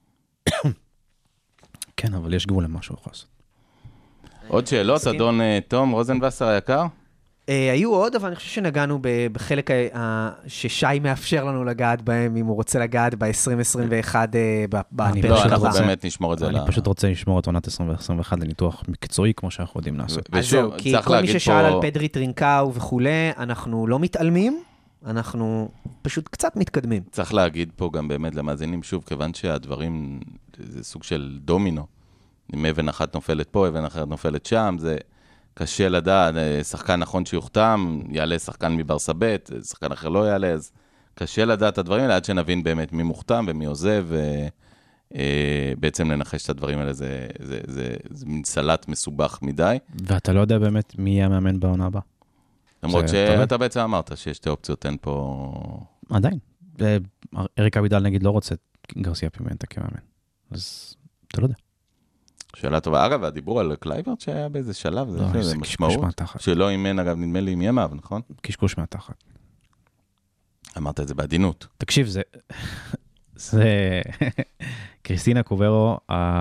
כן, אבל יש גבול למה שהוא יכול לעשות. עוד שאלות, אדון תום רוזנבסר היקר? היו עוד, אבל אני חושב שנגענו בחלק ששי מאפשר לנו לגעת בהם, אם הוא רוצה לגעת ב-עשרים עשרים ואחת בפרק. לא, אנחנו באמת נשמור את זה. אני פשוט רוצה לשמור את עונת עשרים עשרים ואחת לניתוח מקצועי, כמו שאנחנו יודעים לעשות. אז זהו, כי כל מי ששאל על פדרי טרינקאו וכולי, אנחנו לא מתעלמים, אנחנו פשוט קצת מתקדמים. צריך להגיד פה גם באמת למאזינים, שוב, כיוון שהדברים, זה סוג של דומינו. אם אבן אחת נופלת פה, אבן אחת נופלת שם, זה קשה לדעת, שחקן נכון שיוחתם, יעלה שחקן מברסה ב', שחקן אחר לא יעלה, אז קשה לדעת את הדברים האלה, עד שנבין באמת מי מוחתם ומי עוזב, ובעצם לנחש את הדברים האלה, זה, זה, זה, זה מין סלט מסובך מדי. ואתה לא יודע באמת מי יהיה המאמן בעונה הבאה. למרות שאתה בעצם אמרת שיש שתי אופציות, אין פה... עדיין. אריק אבידל נגיד לא רוצה גרסיה פימנטה כמאמן, אז אתה לא יודע. שאלה טובה. אגב, הדיבור על קלייברט שהיה באיזה שלב, זה משמעות, שלא אימן, אגב, נדמה לי עם ימיו, נכון? קשקוש מהתחת. אמרת את זה בעדינות. תקשיב, זה... זה... קריסטינה קוברו,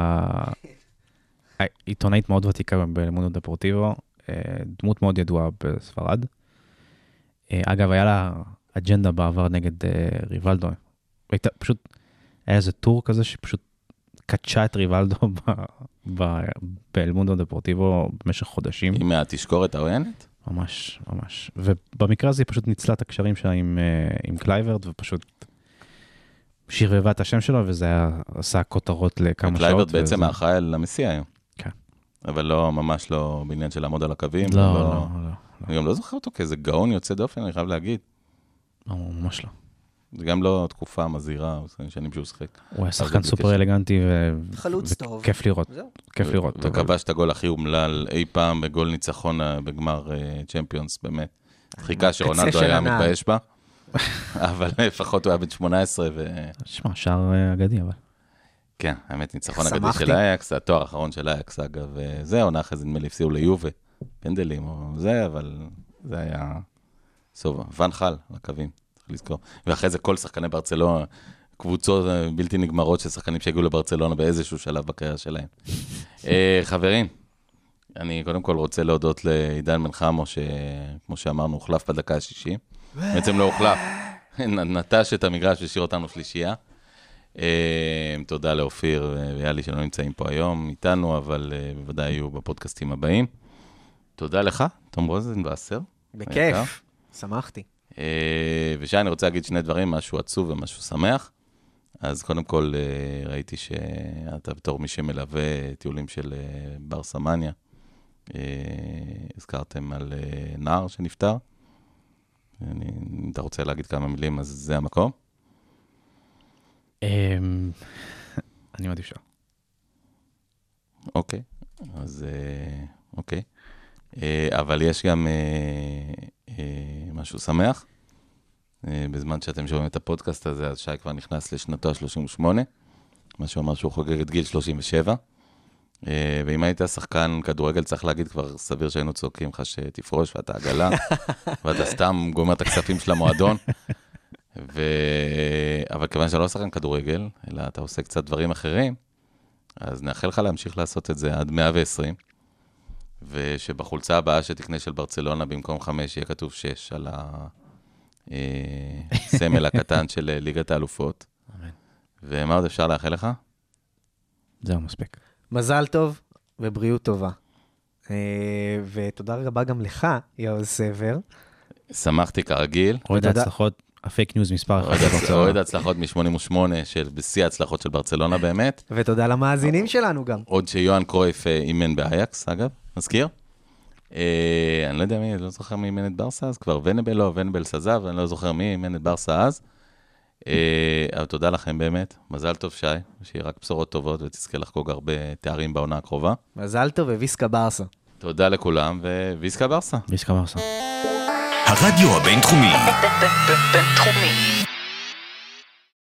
העיתונאית מאוד ותיקה בלמונדו דפורטיבו, דמות מאוד ידועה בספרד. אגב, היה לה אג'נדה בעבר נגד ריבלדו. פשוט היה איזה טור כזה שפשוט קדשה את ריבלדו באלמונדו דפורטיבו במשך חודשים. היא מהתשקורת העוינת? ממש, ממש. ובמקרה הזה היא פשוט ניצלה את הקשרים שלה עם, עם קלייברד, ופשוט שרבבה את השם שלו, וזה היה, עשה כותרות לכמה שעות. קלייברד בעצם וזה... האחראי על המסיע היום. כן. אבל לא, ממש לא בעניין של לעמוד על הקווים. לא, לא, לא. אני גם לא זוכר אותו כאיזה גאון יוצא דופן, אני חייב להגיד. לא, ממש לא. זה גם לא תקופה מזהירה, שנים שהוא שחק. הוא היה שחקן סופר אלגנטי וכיף לראות. כיף לראות. וכבש את הגול הכי אומלל אי פעם בגול ניצחון בגמר צ'מפיונס, באמת. חיכה שרונלדו היה מתבייש בה, אבל לפחות הוא היה בן שמונה עשרה. שמע, שער אגדי, אבל. כן, האמת, ניצחון אגדי של אייקס, התואר האחרון של אייקס, אגב, זה עונה אחרי זה נדמה לי הפסיעו ליובה, פנדלים או זה, אבל זה היה סובה. ון חל, לקווים, צריך לזכור. ואחרי זה כל שחקני ברצלונה, קבוצות בלתי נגמרות של שחקנים שהגיעו לברצלונה באיזשהו שלב בקריירה שלהם. חברים, אני קודם כל רוצה להודות לעידן בן חמו, שכמו שאמרנו, הוחלף בדקה ה-שישים. בעצם לא הוחלף. נטש את המגרש ושאיר אותנו שלישייה. תודה לאופיר ויאלי שלא נמצאים פה היום איתנו, אבל בוודאי יהיו בפודקאסטים הבאים. תודה לך, תום רוזנבסר. בכיף, שמחתי. ושי, אני רוצה להגיד שני דברים, משהו עצוב ומשהו שמח. אז קודם כל ראיתי שאתה בתור מי שמלווה טיולים של ברסמניה, הזכרתם על נער שנפטר. אם אתה רוצה להגיד כמה מילים, אז זה המקום. אני מעדיף שם. אוקיי, אז אוקיי. אבל יש גם משהו שמח. בזמן שאתם שומעים את הפודקאסט הזה, אז שי כבר נכנס לשנתו ה-שלושים ושמונה, מה שאומר שהוא חוגג את גיל שלושים ושבע. ואם היית שחקן כדורגל, צריך להגיד כבר סביר שהיינו צועקים לך שתפרוש ואתה עגלה, ואתה סתם גומר את הכספים של המועדון. ו... אבל כיוון שאתה לא שחקן כדורגל, אלא אתה עושה קצת דברים אחרים, אז נאחל לך להמשיך לעשות את זה עד מאה ועשרים, ושבחולצה הבאה שתקנה של ברצלונה במקום חמש יהיה כתוב שש על הסמל הקטן של ליגת האלופות. אמן. ומה עוד אפשר לאחל לך? זהו מספיק. מזל טוב ובריאות טובה. ותודה רבה גם לך, יאוז סבר. שמחתי כרגיל. עוד ההצלחות, הפייק ניוז מספר אחת. עוד ההצלחות מ-שמונים ושמונה, של בשיא ההצלחות של ברצלונה באמת. ותודה למאזינים שלנו גם. עוד שיואן קרויף אימן באייקס, אגב, מזכיר. אני לא יודע מי, אני לא זוכר מי אימן את ברסה אז, כבר ונבל לא, ונבל סזב, אני לא זוכר מי אימן את ברסה אז. אבל תודה לכם באמת, מזל טוב שי, שיהיה רק בשורות טובות ותזכה לחגוג הרבה תארים בעונה הקרובה. מזל טוב וויסקה ברסה. תודה לכולם וויסקה ברסה. ויסקה ברסה. הרדיו הבינתחומי. בינתחומי.